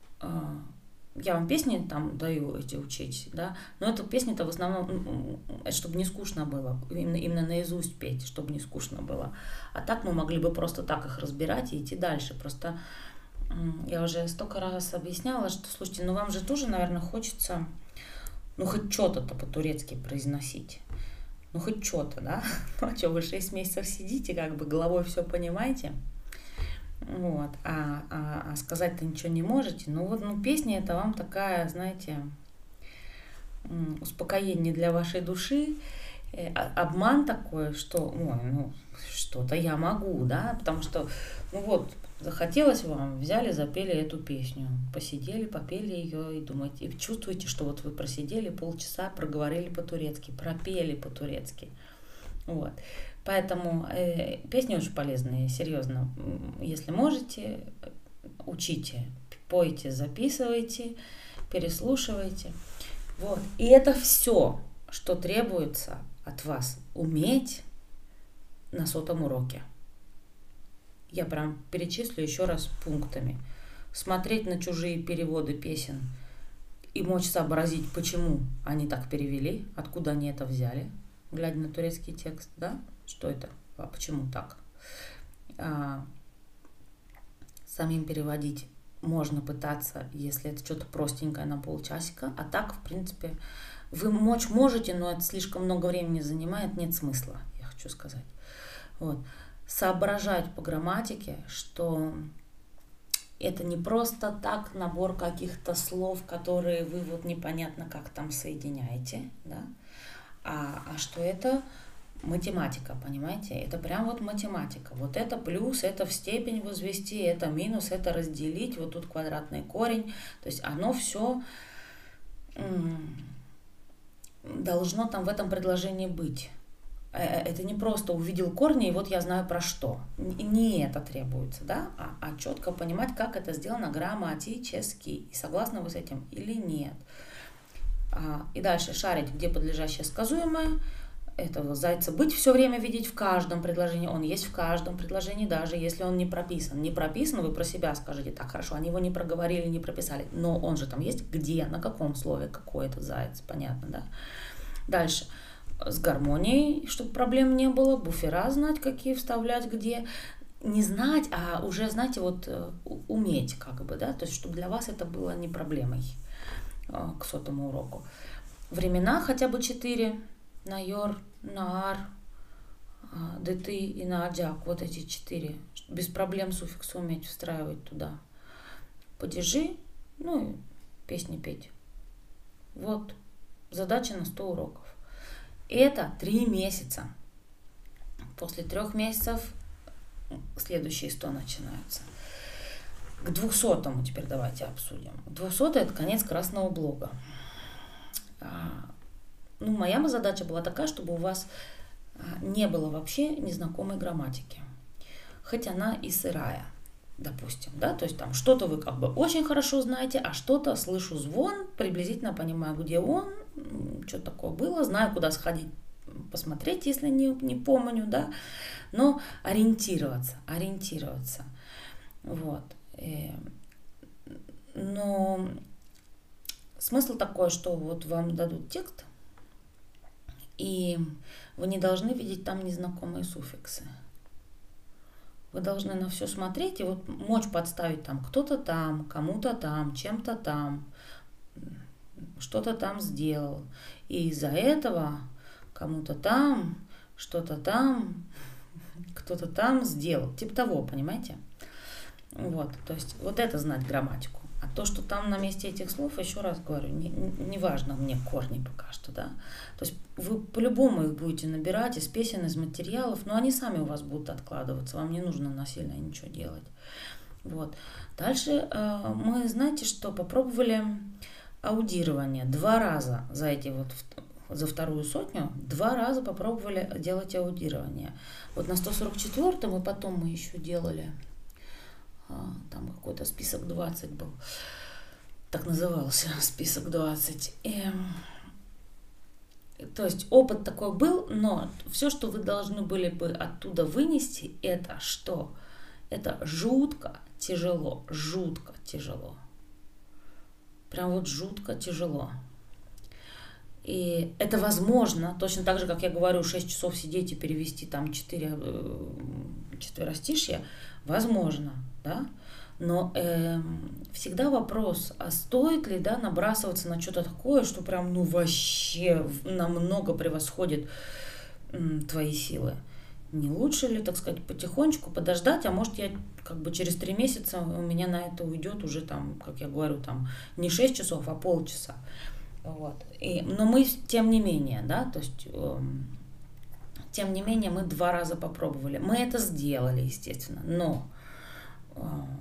Speaker 1: я вам песни там даю эти учить, да, но эту песни-то в основном, чтобы не скучно было, именно, именно наизусть петь, чтобы не скучно было. А так мы могли бы просто так их разбирать и идти дальше. Просто я уже столько раз объясняла, что, слушайте, ну вам же тоже, наверное, хочется, ну хоть что-то-то по-турецки произносить. Ну хоть что-то, да? Ну а что, вы шесть месяцев сидите, как бы головой все понимаете? Вот, а, а, а сказать-то ничего не можете. Ну вот, ну песня это вам такая, знаете, успокоение для вашей души, обман такой, что, ой, ну что-то я могу, да, потому что, ну вот, захотелось вам, взяли, запели эту песню, посидели, попели ее и думаете, и чувствуете, что вот вы просидели полчаса, проговорили по-турецки, пропели по-турецки, вот. Поэтому э, песни очень полезные, серьезно. Если можете, учите, пойте, записывайте, переслушивайте. Вот. И это все, что требуется от вас уметь на сотом уроке. Я прям перечислю еще раз пунктами. Смотреть на чужие переводы песен и мочь сообразить, почему они так перевели, откуда они это взяли, глядя на турецкий текст, да, что это, а почему так. А, самим переводить можно пытаться, если это что-то простенькое на полчасика, а так, в принципе, вы мочь можете, но это слишком много времени занимает, нет смысла, я хочу сказать. Вот. Соображать по грамматике, что это не просто так набор каких-то слов, которые вы вот непонятно как там соединяете, да, а, а что это математика, понимаете? Это прям вот математика. Вот это плюс, это в степень возвести, это минус, это разделить, вот тут квадратный корень. То есть оно все должно там в этом предложении быть. Это не просто увидел корни, и вот я знаю про что. Не это требуется, да, а, а четко понимать, как это сделано грамматически. И согласны вы с этим или нет. А, и дальше шарить, где подлежащее сказуемое. Этого зайца быть все время видеть в каждом предложении. Он есть в каждом предложении, даже если он не прописан. Не прописан, вы про себя скажете, так, хорошо, они его не проговорили, не прописали. Но он же там есть где, на каком слове, какой это заяц, понятно, да. Дальше. С гармонией, чтобы проблем не было, буфера знать, какие вставлять, где. Не знать, а уже, знаете, вот уметь, как бы, да, то есть, чтобы для вас это было не проблемой к сотому уроку. Времена хотя бы четыре. Найор, Наар, Деты и Наадяк. Вот эти четыре. Без проблем суффиксы уметь встраивать туда. Падежи, ну и песни петь. Вот. Задача на сто уроков. Это три месяца. После трех месяцев следующие сто начинаются. К двухсотому теперь давайте обсудим. двухсотый это конец красного блока. Ну, моя задача была такая, чтобы у вас не было вообще незнакомой грамматики. Хоть она и сырая, допустим, да, то есть там что-то вы как бы очень хорошо знаете, а что-то слышу звон, приблизительно понимаю, где он, что такое было, знаю, куда сходить, посмотреть, если не, не помню, да, но ориентироваться, ориентироваться, вот. Но смысл такой, что вот вам дадут текст, и вы не должны видеть там незнакомые суффиксы. Вы должны на все смотреть и вот мочь подставить там кто-то там, кому-то там, чем-то там, что-то там сделал. И из-за этого кому-то там, что-то там, кто-то там сделал. Типа того, понимаете? Вот, то есть вот это знать грамматику. А то, что там на месте этих слов, еще раз говорю, не, не важно мне корни пока что, да. То есть вы по-любому их будете набирать из песен, из материалов, но они сами у вас будут откладываться, вам не нужно насильно ничего делать. Вот. Дальше э, мы, знаете, что попробовали аудирование два раза за эти вот за вторую сотню, два раза попробовали делать аудирование. Вот на сто сорок четвёртом и потом мы еще делали. Там какой-то список двадцать был, так назывался список двадцать. И, то есть опыт такой был, но все, что вы должны были бы оттуда вынести, это что? Это жутко тяжело, жутко тяжело. Прям вот жутко тяжело. И это возможно, точно так же, как я говорю, шесть часов сидеть и перевести там четыре четверостишья, возможно, да, но э, всегда вопрос, а стоит ли, да, набрасываться на что-то такое, что прям, ну, вообще намного превосходит м, твои силы. Не лучше ли, так сказать, потихонечку подождать, а может я как бы через три месяца у меня на это уйдет уже там, как я говорю, там не шесть часов, а полчаса. Вот. И, но мы, тем не менее, да, то есть, э, тем не менее, мы два раза попробовали. Мы это сделали, естественно, но э,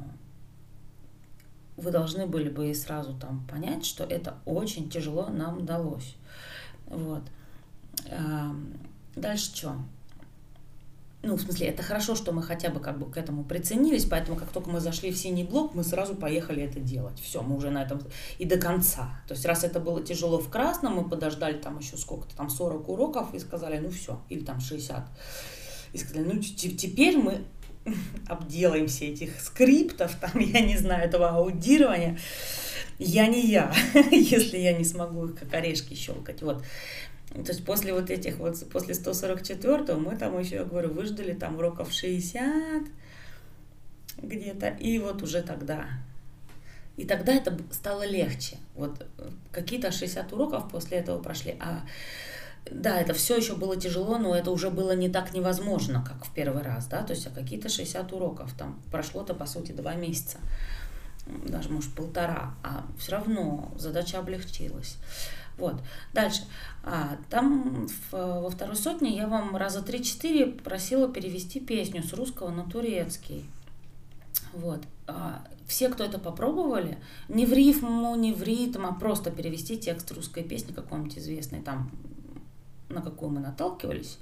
Speaker 1: вы должны были бы и сразу там понять, что это очень тяжело нам далось. Вот. Э, дальше что? ну, в смысле, это хорошо, что мы хотя бы как бы к этому приценились, поэтому как только мы зашли в синий блок, мы сразу поехали это делать. Все, мы уже на этом и до конца. То есть раз это было тяжело в красном, мы подождали там еще сколько-то, там сорок уроков и сказали, ну все, или там шестьдесят. И сказали, ну теперь мы обделаем все этих скриптов, там, я не знаю, этого аудирования. Я не я, если я не смогу их как орешки щелкать. Вот. То есть после вот этих вот, после сто сорок четвёртого мы там еще, я говорю, выждали там уроков шестьдесят где-то, и вот уже тогда. И тогда это стало легче. Вот какие-то шестьдесят уроков после этого прошли. А да, это все еще было тяжело, но это уже было не так невозможно, как в первый раз, да, то есть а какие-то шестьдесят уроков, там прошло-то, по сути, два месяца, даже, может, полтора, а все равно задача облегчилась. Вот. Дальше. А, там в, во второй сотне я вам раза три-четыре просила перевести песню с русского на турецкий. Вот. А, все, кто это попробовали, не в рифму, не в ритм, а просто перевести текст русской песни какой-нибудь известной, там, на какую мы наталкивались,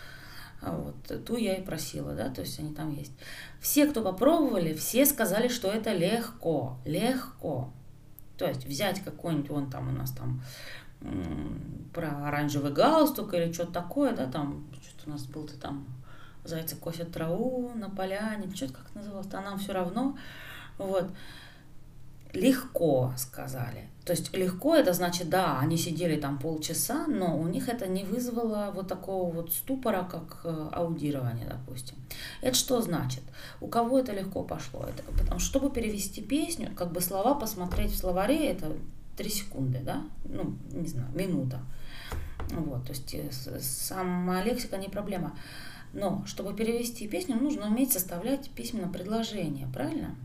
Speaker 1: вот, ту я и просила, да, то есть они там есть. Все, кто попробовали, все сказали, что это легко, легко. То есть взять какой-нибудь, он там у нас там про оранжевый галстук или что-то такое, да, там, что-то у нас был-то там зайцы косят траву на поляне, что-то как называлось-то, а нам все равно, вот. Легко сказали. То есть легко это значит, да, они сидели там полчаса, но у них это не вызвало вот такого вот ступора, как аудирование, допустим. Это что значит? У кого это легко пошло? Это, потому что, чтобы перевести песню, как бы слова посмотреть в словаре, это три секунды, да? Ну, не знаю, минута. Вот, то есть сама лексика не проблема. Но чтобы перевести песню, нужно уметь составлять письменно предложение, правильно?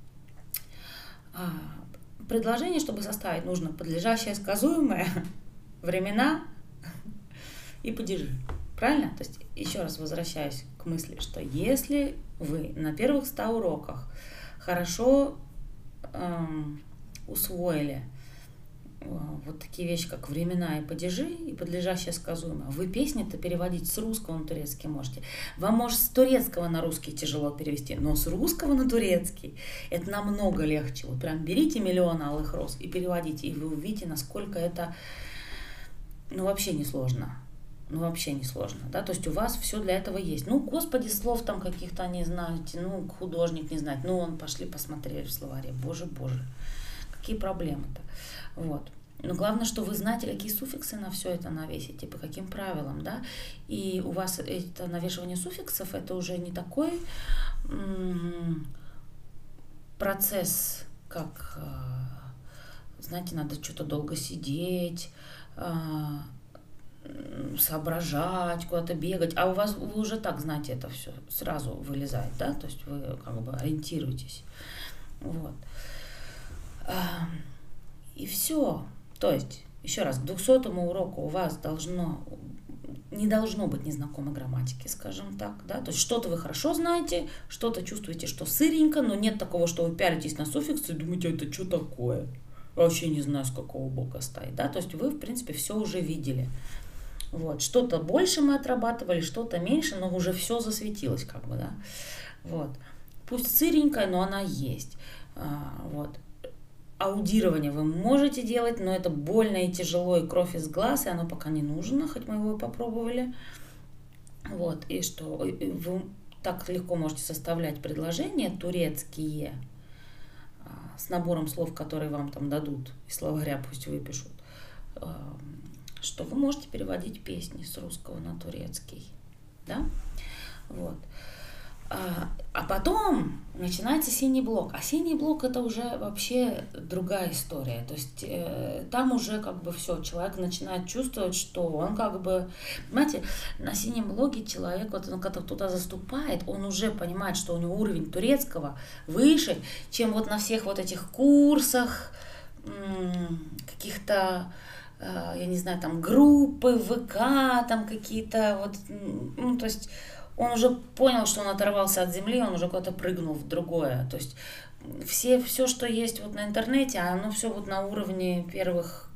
Speaker 1: Предложение, чтобы составить, нужно подлежащее, сказуемое, времена и падежи. Правильно? То есть, еще раз возвращаюсь к мысли, что если вы на первых ста уроках хорошо эм, усвоили э, вот такие вещи, как времена и падежи, и подлежащее, сказуемое, вы песни-то переводить с русского на турецкий можете. Вам, может, с турецкого на русский тяжело перевести, но с русского на турецкий это намного легче. Вот прям берите миллион алых роз и переводите, и вы увидите, насколько это, ну, вообще не сложно. Ну, вообще не сложно, да, то есть у вас все для этого есть. Ну, господи, слов там каких-то не знаете, ну, художник не знает, ну, он пошли посмотрели в словаре, боже, боже, какие проблемы-то, вот. Но главное, что вы знаете, какие суффиксы на все это навесите, по каким правилам, да, и у вас это навешивание суффиксов, это уже не такой м- процесс, как, знаете, надо что-то долго сидеть, соображать, куда-то бегать, а у вас вы уже так знаете, это все сразу вылезает, да, то есть вы как бы ориентируетесь, вот, и все, то есть еще раз, к двухсотому уроку у вас должно не должно быть незнакомой грамматики, скажем так, да, то есть что-то вы хорошо знаете, что-то чувствуете, что сыренько, но нет такого, что вы пялитесь на суффиксы и думаете, это что такое, вообще не знаю, с какого бока стоит, да, то есть вы, в принципе, все уже видели. Вот, что-то больше мы отрабатывали, что-то меньше, но уже все засветилось, как бы, да. Вот. Пусть сыренькая, но она есть. А, вот. Аудирование вы можете делать, но это больно и тяжело, и кровь из глаз, и оно пока не нужно, хоть мы его и попробовали. Вот. И что вы так легко можете составлять предложения турецкие с набором слов, которые вам там дадут, из словаря пусть выпишут, что вы можете переводить песни с русского на турецкий, да, вот. А, а потом начинается синий блок, а синий блок это уже вообще другая история, то есть э, там уже как бы все, человек начинает чувствовать, что он как бы, понимаете, на синем блоке человек, вот он когда туда заступает, он уже понимает, что у него уровень турецкого выше, чем вот на всех вот этих курсах, м- каких-то, я не знаю, там группы, ВК, там какие-то вот, ну, то есть он уже понял, что он оторвался от земли, он уже куда-то прыгнул в другое, то есть все, все, что есть вот на интернете, оно все вот на уровне первых,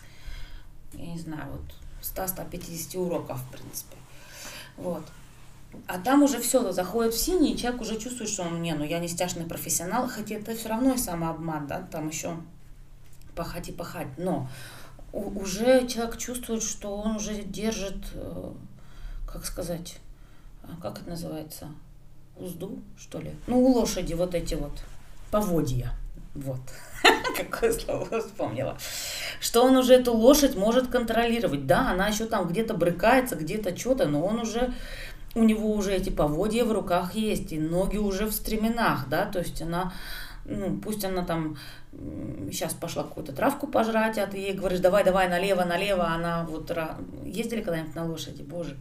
Speaker 1: я не знаю, вот сто - сто пятьдесят уроков, в принципе, вот. А там уже все, заходит в синий, и человек уже чувствует, что он, не, ну я не стяжный профессионал, хотя это все равно и самообман, да, там еще пахать и пахать. Но у- уже человек чувствует, что он уже держит, э, как сказать, а как это называется, узду, что ли? Ну, у лошади вот эти вот поводья, вот. Какое слово вспомнила. Что он уже эту лошадь может контролировать. Да, она еще там где-то брыкается, где-то что-то, но он уже, у него уже эти поводья в руках есть, и ноги уже в стременах, да, то есть она, ну, пусть она там сейчас пошла какую-то травку пожрать, а ты ей говоришь, давай, давай, налево, налево, она вот, ездили когда-нибудь на лошади, боже.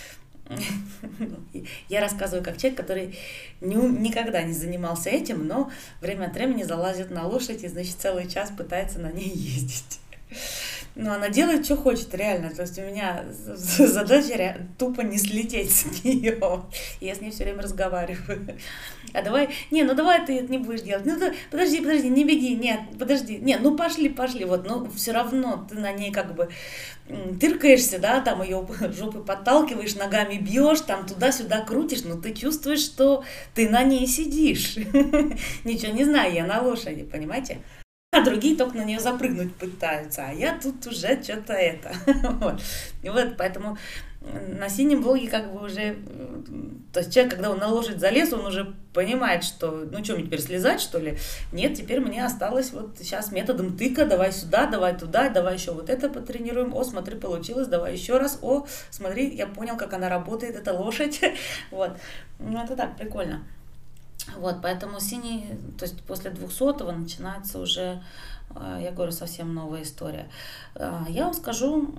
Speaker 1: Я рассказываю как человек, который не, никогда не занимался этим, но время от времени залазит на лошадь и, значит, целый час пытается на ней ездить. Но она делает, что хочет, реально. То есть у меня задача тупо не слететь с нее. Я с ней все время разговариваю. А давай, не, ну давай ты это не будешь делать. Ну да, подожди, подожди, не беги, нет, подожди. Нет, ну пошли, пошли. Вот, но все равно ты на ней как бы тыркаешься, да, там ее жопой подталкиваешь, ногами бьешь, там туда-сюда крутишь, но ты чувствуешь, что ты на ней сидишь. Ничего не знаю, я на лошади, понимаете? А другие только на нее запрыгнуть пытаются, а я тут уже что-то это. Вот. И вот, поэтому на синем блоге как бы уже, то есть человек, когда он на лошадь залез, он уже понимает, что, ну что, мне теперь слезать, что ли? Нет, теперь мне осталось вот сейчас методом тыка, давай сюда, давай туда, давай еще вот это потренируем, о, смотри, получилось, давай еще раз, о, смотри, я понял, как она работает, эта лошадь. Вот, ну это так, прикольно. Вот, поэтому синий, то есть после двухсотого начинается уже, я говорю, совсем новая история. Я вам скажу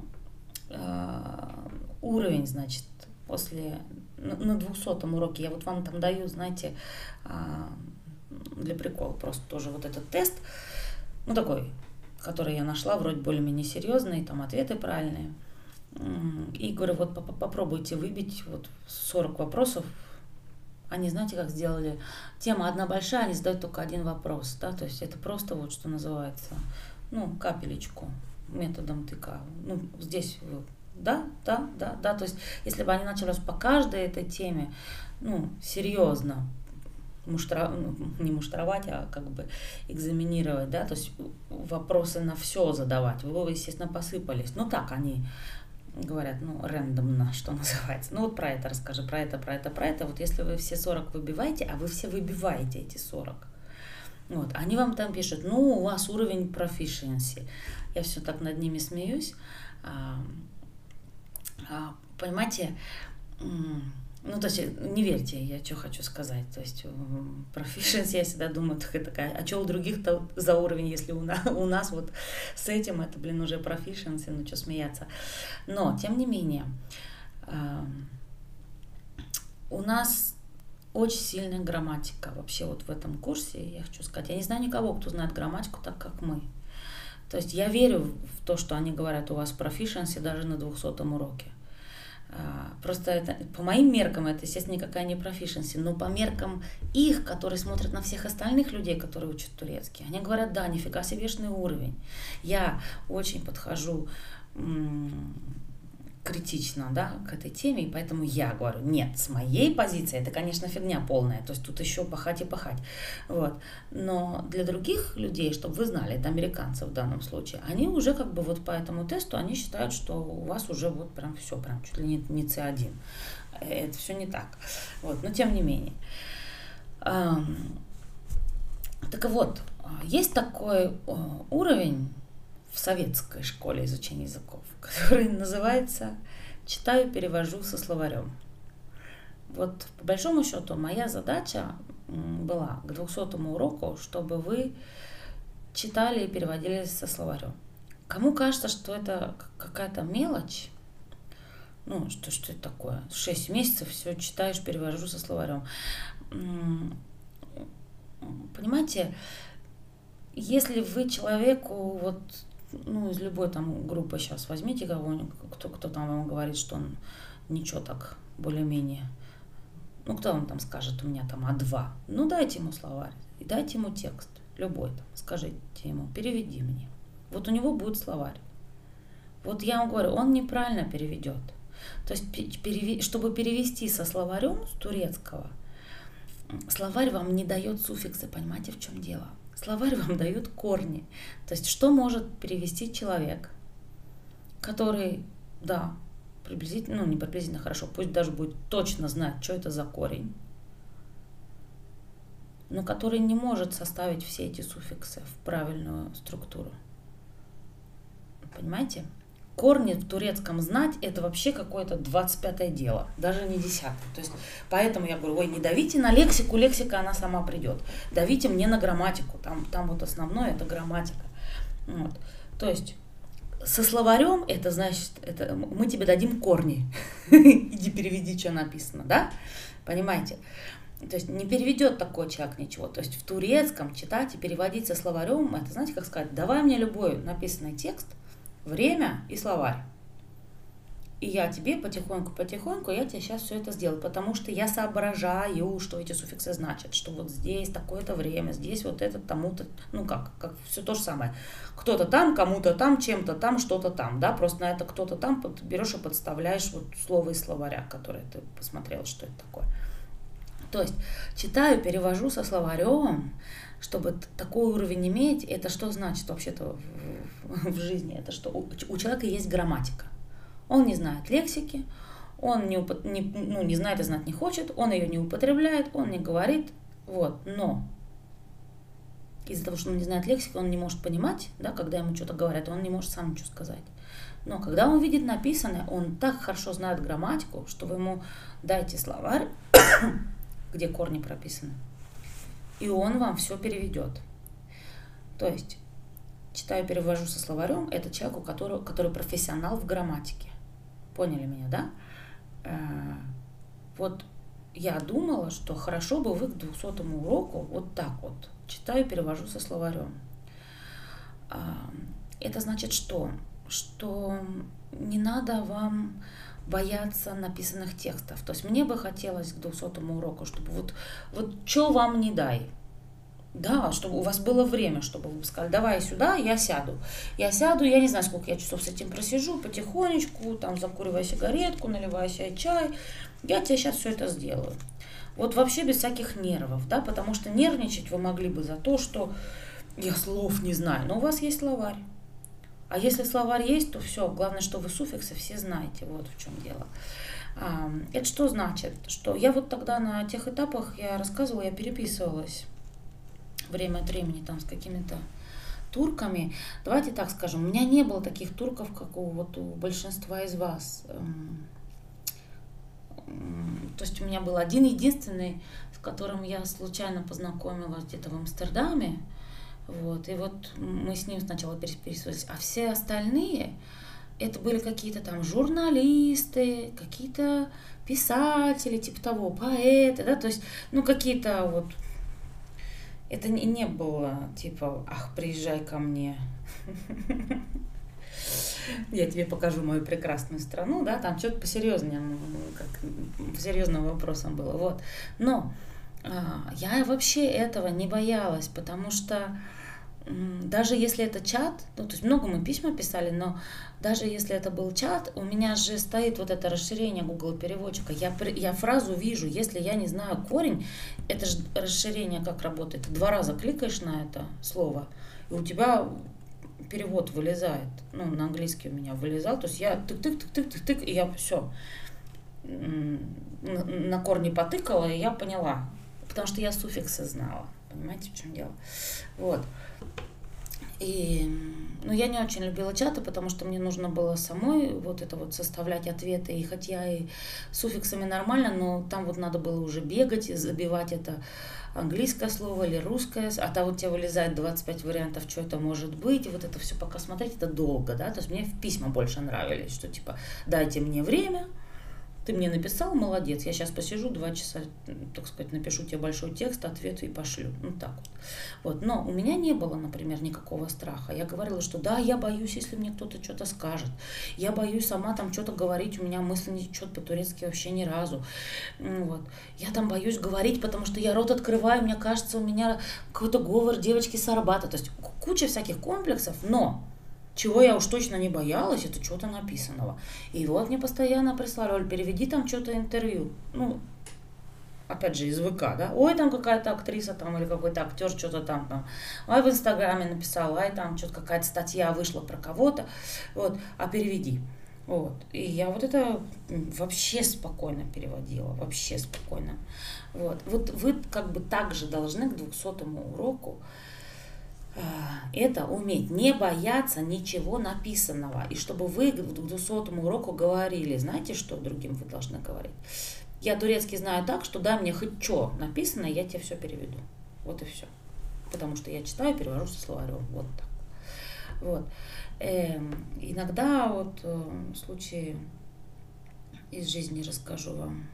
Speaker 1: уровень, значит, после, на двухсотом уроке, я вот вам там даю, знаете, для прикола просто тоже вот этот тест, ну такой, который я нашла, вроде более-менее серьезный, там ответы правильные. И говорю, вот попробуйте выбить вот сорок вопросов. Они, знаете, как сделали? Тема одна большая, они задают только один вопрос, да, то есть это просто вот что называется, ну, капелечку методом тыка. Ну, здесь, да, да, да, да, то есть если бы они начали по каждой этой теме, ну, серьезно, муштра, ну, не муштровать, а как бы экзаменировать, да, то есть вопросы на все задавать, вы, естественно, посыпались. Ну, так они говорят, ну, рандомно, что называется. Ну, вот про это расскажи, про это, про это, про это. Вот если вы все сорок выбиваете, а вы все выбиваете эти сорок, вот, они вам там пишут, ну, у вас уровень proficiency. Я все так над ними смеюсь. А, а, понимаете, ну, то есть, не верьте, я что хочу сказать. То есть, proficiency, я всегда думаю, такая, а что у других-то за уровень, если у нас, у нас вот с этим, это, блин, уже proficiency, ну, что смеяться. Но, тем не менее, у нас очень сильная грамматика вообще вот в этом курсе, я хочу сказать. Я не знаю никого, кто знает грамматику так, как мы. То есть, я верю в то, что они говорят, у вас proficiency даже на двухсотом уроке. Просто это, по моим меркам это, естественно, никакая не proficiency, но по меркам их, которые смотрят на всех остальных людей, которые учат турецкий, они говорят, да, нифига себешный уровень. Я очень подхожу м- критично, да, к этой теме, и поэтому я говорю, нет, с моей позиции это, конечно, фигня полная, то есть тут еще пахать и пахать, вот, но для других людей, чтобы вы знали, это американцы в данном случае, они уже как бы вот по этому тесту, они считают, что у вас уже вот прям все, прям чуть ли не, не си один, это все не так, вот, но тем не менее. Так вот, есть такой уровень в советской школе изучения языков, который называется «Читаю, перевожу со словарем». Вот по большому счету моя задача была к двухсотому уроку, чтобы вы читали и переводили со словарем. Кому кажется, что это какая-то мелочь, ну, что, что это такое, шесть месяцев все читаешь, перевожу со словарем. Понимаете, если вы человеку вот ну, из любой там группы сейчас возьмите кого-нибудь, кто, кто там вам говорит, что он ничего так, более-менее, ну, кто вам там скажет, у меня там а два, ну, дайте ему словарь, и дайте ему текст, любой там, скажите ему, переведи мне, вот у него будет словарь. Вот я вам говорю, он неправильно переведет. То есть, переви... чтобы перевести со словарем с турецкого, словарь вам не дает суффиксы, понимаете, в чем дело? Словарь вам дает корни. То есть, что может перевести человек, который, да, приблизительно, ну не приблизительно хорошо, пусть даже будет точно знать, что это за корень, но который не может составить все эти суффиксы в правильную структуру. Понимаете? Корни в турецком знать это вообще какое-то двадцать пятое дело, даже не десятое. То есть, поэтому я говорю, ой, не давите на лексику, лексика она сама придет. Давите мне на грамматику, там, там вот основное это грамматика. Вот. То есть со словарем это значит, это, мы тебе дадим корни. Иди переведи, что написано, да? Понимаете? То есть не переведет такой человек ничего. То есть в турецком читать и переводить со словарем, это знаете, как сказать, давай мне любой написанный текст, время и словарь. И я тебе потихоньку-потихоньку, я тебе сейчас все это сделаю, потому что я соображаю, что эти суффиксы значат, что вот здесь такое-то время, здесь вот это тому-то, ну как, как все то же самое. Кто-то там, кому-то там, чем-то там, что-то там, да, просто на это кто-то там берешь и подставляешь вот слово из словаря, которое ты посмотрел, что это такое. То есть читаю, перевожу со словарем, чтобы такой уровень иметь, это что значит вообще-то в, в жизни? Это что у, у человека есть грамматика. Он не знает лексики, он не, не, ну, не знает и знать не хочет, он ее не употребляет, он не говорит, вот, но из-за того, что он не знает лексики, он не может понимать, да, когда ему что-то говорят, он не может сам ничего сказать. Но когда он видит написанное, он так хорошо знает грамматику, что вы ему дайте словарь, где корни прописаны, и он вам все переведет. То есть, читаю, перевожу со словарем, это человек, у которого, который профессионал в грамматике. Поняли меня, да? Э-э- вот я думала, что хорошо бы вы к двухсотому уроку вот так вот читаю, перевожу со словарем. Это значит что? Что не надо вам бояться написанных текстов. То есть мне бы хотелось к двухсотому уроку, чтобы вот, вот что вам не дай. Да, чтобы у вас было время, чтобы вы сказали, давай сюда, я сяду. Я сяду, я не знаю, сколько я часов с этим просижу, потихонечку, там, закуривая сигаретку, наливая себе чай. Я тебе сейчас все это сделаю. Вот вообще без всяких нервов, да, потому что нервничать вы могли бы за то, что я слов не знаю, но у вас есть словарь. А если словарь есть, то все, главное, что вы суффиксы все знаете, вот в чем дело. Это что значит? Что я вот тогда на тех этапах, я рассказывала, я переписывалась время от времени там с какими-то турками. Давайте так скажем, у меня не было таких турков, как у, вот, у большинства из вас. То есть у меня был один единственный, с которым я случайно познакомилась где-то в Амстердаме. Вот, и вот мы с ним сначала переписывались, а все остальные это были какие-то там журналисты, какие-то писатели, типа того, поэты, да, то есть, ну, какие-то вот, это не, не было, типа, ах, приезжай ко мне, я тебе покажу мою прекрасную страну, да, там что-то посерьезнее, как по серьезным вопросам было, вот, но я вообще этого не боялась, потому что даже если это чат, ну, то есть много мы письма писали, но даже если это был чат, у меня же стоит вот это расширение Google переводчика. Я, я фразу вижу, если я не знаю корень, это же расширение как работает. Два раза кликаешь на это слово, и у тебя перевод вылезает. Ну, на английский у меня вылезал, то есть я тык-тык-тык-тык-тык, и я все на корни потыкала, и я поняла. Потому что я суффиксы знала. Понимаете, в чем дело? Вот. И, ну, я не очень любила чаты, потому что мне нужно было самой вот это вот составлять ответы. И хотя и суффиксами нормально, но там вот надо было уже бегать, забивать это английское слово или русское, а там вот тебе вылезает двадцать пять вариантов, что это может быть, и вот это все пока смотреть, это долго, да, то есть мне в письма больше нравились, что типа дайте мне время, ты мне написал, молодец, я сейчас посижу два часа, так сказать, напишу тебе большой текст, ответ и пошлю. Ну так вот. Вот. Но у меня не было, например, никакого страха. Я говорила, что да, я боюсь, если мне кто-то что-то скажет. Я боюсь сама там что-то говорить, у меня мысли не течет по-турецки вообще ни разу. Вот. Я там боюсь говорить, потому что я рот открываю, мне кажется, у меня какой-то говор девочки с Арбата. То есть куча всяких комплексов, но Чего я уж точно не боялась, это чего-то написанного. И вот мне постоянно прислали: Оль, переведи там что-то интервью. Ну, опять же, из ВК, да, ой, там какая-то актриса там или какой-то актер что-то там, там, ай, в Инстаграме написал, ай, там что-то какая-то статья вышла про кого-то, вот, а переведи. Вот. И я вот это вообще спокойно переводила, вообще спокойно. Вот. Вот вы как бы также должны к двухсотому уроку это уметь, не бояться ничего написанного. И чтобы вы к двухсотому уроку говорили, знаете, что другим вы должны говорить? Я турецкий знаю так, что дай мне хоть что написано, я тебе все переведу. Вот и все. Потому что я читаю, перевожу со словарем. Вот так. Вот. Эм, иногда вот э, случаи из жизни расскажу вам.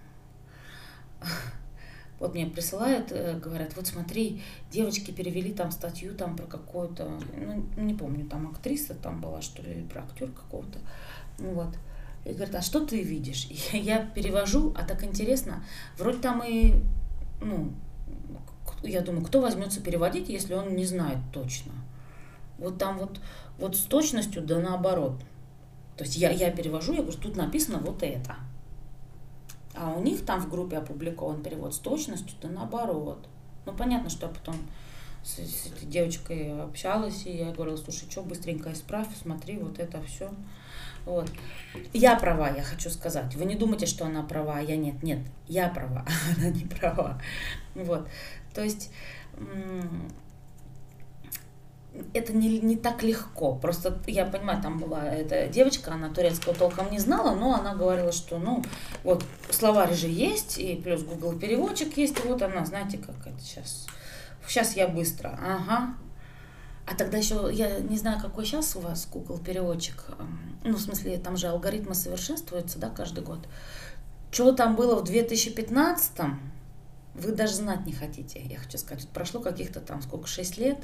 Speaker 1: Вот мне присылают, говорят, вот смотри, девочки перевели там статью там про какую-то, ну, не помню, там актриса там была, что ли, про актера какого-то. Вот. И говорят, а что ты видишь? И я перевожу, а так интересно. Вроде там и, ну, я думаю, кто возьмется переводить, если он не знает точно. Вот там вот, вот с точностью, да наоборот. То есть я, я перевожу, я говорю, тут написано вот это. А у них там в группе опубликован перевод с точностью, да наоборот. Ну, понятно, что я потом с, с этой девочкой общалась, и я говорила, слушай, что, быстренько исправь, смотри, вот это все. Вот. Я права, я хочу сказать. Вы не думайте, что она права, а я нет. Нет, я права, а она не права. Вот. То есть это не, не так легко. Просто я понимаю, там была эта девочка, она турецкого толком не знала, но она говорила, что ну вот словарь же есть, и плюс Google переводчик есть, и вот она, знаете, как это сейчас. Сейчас я быстро. Ага. А тогда еще, я не знаю, какой сейчас у вас Google переводчик. Ну, в смысле, там же алгоритмы совершенствуются, да, каждый год. Что там было в две тысячи пятнадцатом, вы даже знать не хотите. Я хочу сказать, прошло каких-то там сколько, шесть лет.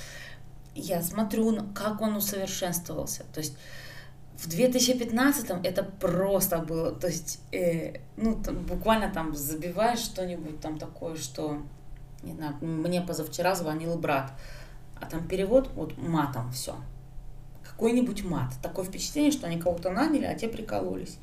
Speaker 1: Я смотрю, как он усовершенствовался. То есть в две тысячи пятнадцатом это просто было, то есть, э, ну, там, буквально там забиваешь что-нибудь там такое, что, не знаю, мне позавчера звонил брат, а там перевод вот матом все. Какой-нибудь мат. Такое впечатление, что они кого-то наняли, а те прикололись.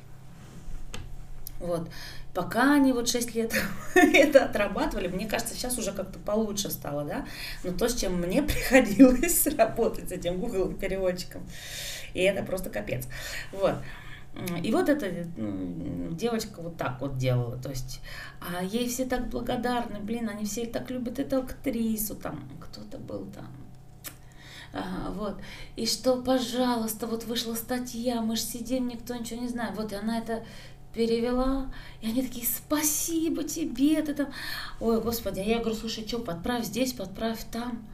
Speaker 1: Вот. Пока они вот шесть лет это отрабатывали, мне кажется, сейчас уже как-то получше стало, да. Но то, с чем мне приходилось работать с этим Google переводчиком, и это просто капец. Вот. И вот эта девочка вот так вот делала, то есть, а ей все так благодарны, блин, они все так любят эту актрису, там, кто-то был там. Ага, вот. И что, пожалуйста, вот вышла статья, мы же сидим, никто ничего не знает. Вот, и она это перевела, и они такие, спасибо тебе, ты там. Ой, господи, а я говорю, слушай, что, подправь здесь, подправь там.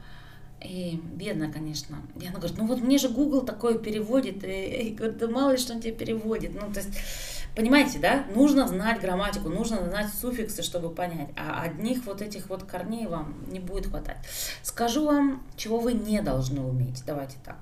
Speaker 1: И бедно, конечно. И она говорит, ну вот мне же Google такое переводит. И, и говорит, да мало ли что он тебе переводит. Ну, то есть, понимаете, да? Нужно знать грамматику, нужно знать суффиксы, чтобы понять. А одних вот этих вот корней вам не будет хватать. Скажу вам, чего вы не должны уметь. Давайте так.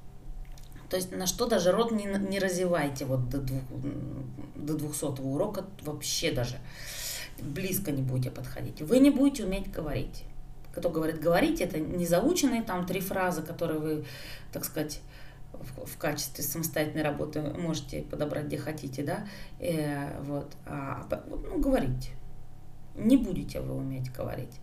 Speaker 1: То есть на что даже рот не, не развивайте вот до, двух, до двухсотого урока, вообще даже близко не будете подходить. Вы не будете уметь говорить. Кто говорит говорить, это не заученные там три фразы, которые вы, так сказать, в, в качестве самостоятельной работы можете подобрать где хотите, да, э, вот, а, ну, говорить. Не будете вы уметь говорить.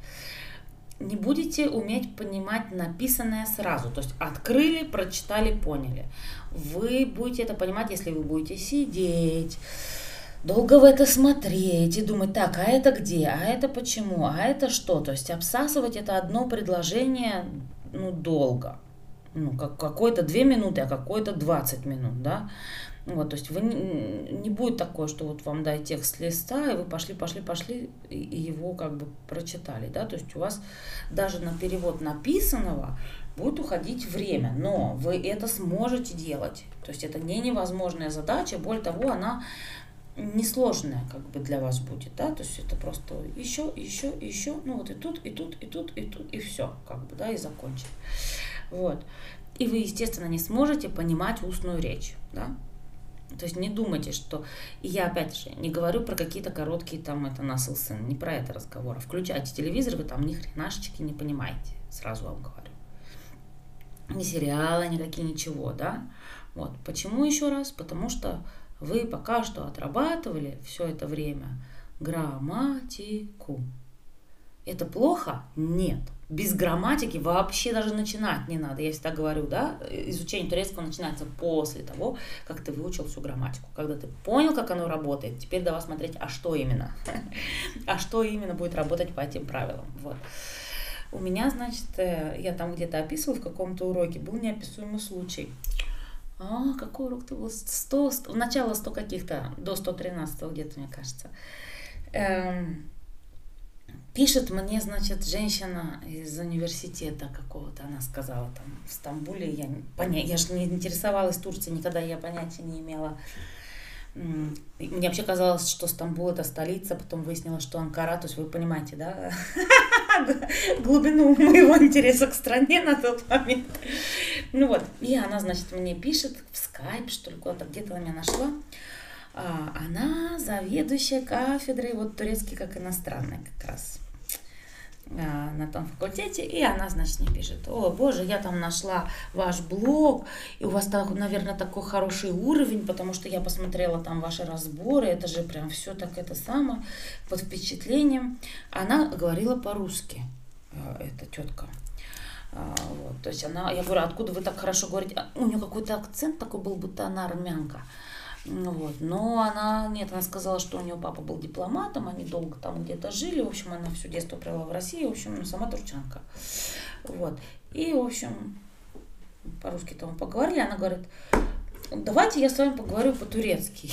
Speaker 1: Не будете уметь понимать написанное сразу. То есть открыли, прочитали, поняли. Вы будете это понимать, если вы будете сидеть, долго в это смотреть и думать, так, а это где, а это почему, а это что? То есть обсасывать это одно предложение, ну, долго. Ну, как, какое-то две минуты, а какое-то двадцать минут, да. Вот, то есть вы не, не будет такое, что вот вам дай текст с листа, и вы пошли, пошли, пошли, и, и его как бы прочитали, да, то есть у вас даже на перевод написанного будет уходить время, но вы это сможете делать, то есть это не невозможная задача, более того, она несложная как бы для вас будет, да, то есть это просто еще, еще, еще, ну вот и тут, и тут, и тут, и тут, и все, как бы, да, и закончили, вот, и вы, естественно, не сможете понимать устную речь, да. То есть не думайте, что... И я, опять же, не говорю про какие-то короткие там это насылсы, не про это разговор. Включайте телевизор, вы там ни хренашечки не понимаете, сразу вам говорю. ни сериалы, никакие, ничего, да. Вот. Почему еще раз? Потому что вы пока что отрабатывали все это время грамматику. Это плохо? Нет. Без грамматики вообще даже начинать не надо. Я всегда говорю, да, изучение турецкого начинается после того, как ты выучил всю грамматику. Когда ты понял, как оно работает, теперь давай смотреть, а что именно. А что именно будет работать по этим правилам. Вот. У меня, значит, я там где-то описывала в каком-то уроке, был неописуемый случай. А, какой урок ты был? сто, сто, начало сто каких-то, до сто тринадцатого где-то, мне кажется. Эм, Пишет мне, значит, женщина из университета какого-то, она сказала, там, в Стамбуле, я, поня... я же не интересовалась Турцией, никогда я понятия не имела. Мне вообще казалось, что Стамбул это столица, потом выяснилось, что Анкара, то есть вы понимаете, да, глубину моего интереса к стране на тот момент. Ну вот, и она, значит, мне пишет в скайп, что ли, куда-то где-то она меня нашла. Она заведующая кафедрой, вот турецкий как иностранный как раз, на том факультете, и она, значит, мне пишет: о, боже, я там нашла ваш блог, и у вас там, наверное, такой хороший уровень, потому что я посмотрела там ваши разборы, это же прям все так это самое, под впечатлением. Она говорила по-русски, эта тетка. Вот, то есть она, я говорю, откуда вы так хорошо говорите? У нее какой-то акцент такой был, будто она армянка. Вот. Но она, нет, она сказала, что у нее папа был дипломатом, они долго там где-то жили, в общем, она все детство провела в России, в общем, сама турчанка. Вот. И, в общем, по-русски там поговорили, она говорит: давайте я с вами поговорю по-турецки.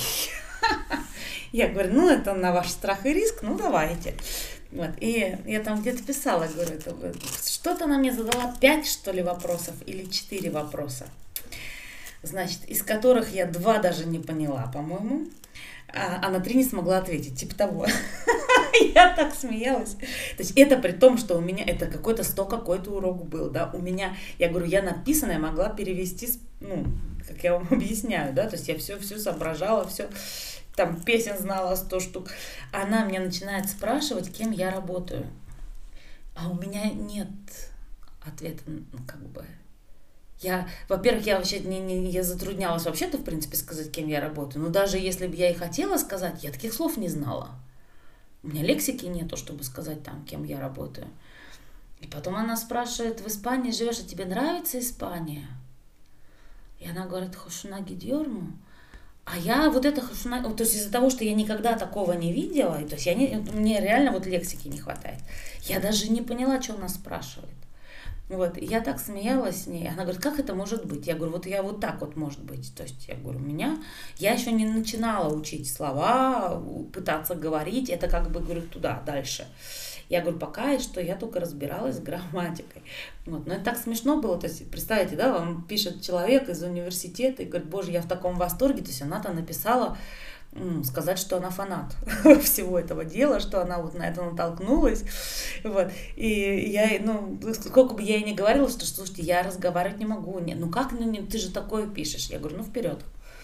Speaker 1: Я говорю, ну, это на ваш страх и риск, ну, давайте. Вот. И я там где-то писала, говорю, что-то она мне задала пять, что ли, вопросов или четыре вопроса. Значит, из которых я два даже не поняла, по-моему, а, а на три не смогла ответить, типа того. Я так смеялась. То есть это при том, что у меня, это какой-то сто какой-то урок был, да, у меня, я говорю, я написанное могла перевести, ну, как я вам объясняю, да, то есть я все, все соображала, все, там, песен знала сто штук. Она меня начинает спрашивать, кем я работаю, а у меня нет ответа, ну, как бы. Я, во-первых, я вообще не, не я затруднялась вообще-то, в принципе, сказать, кем я работаю. Но даже если бы я и хотела сказать, я таких слов не знала. У меня лексики нету, чтобы сказать там, кем я работаю. И потом она спрашивает: в Испании живешь, а тебе нравится Испания? И она говорит: хошуна гидьорму. А я вот это хошуна... То есть из-за того, что я никогда такого не видела, то есть я не, мне реально вот лексики не хватает. Я даже не поняла, что она спрашивает. Вот, я так смеялась с ней. Она говорит: как это может быть? Я говорю, вот я вот так вот может быть. То есть я говорю, у меня, я еще не начинала учить слова, пытаться говорить. Это как бы, говорю, туда, дальше. Я говорю, пока что я только разбиралась с грамматикой. Вот. Но это так смешно было. То есть, представьте, да, вам пишет человек из университета и говорит: боже, я в таком восторге. То есть она-то написала, сказать, что она фанат всего этого дела, что она вот на это натолкнулась. Вот. И я, ну, сколько бы я и не говорила, что, слушайте, я разговаривать не могу. Не, ну как, ну не, ты же такое пишешь. Я говорю, ну вперед.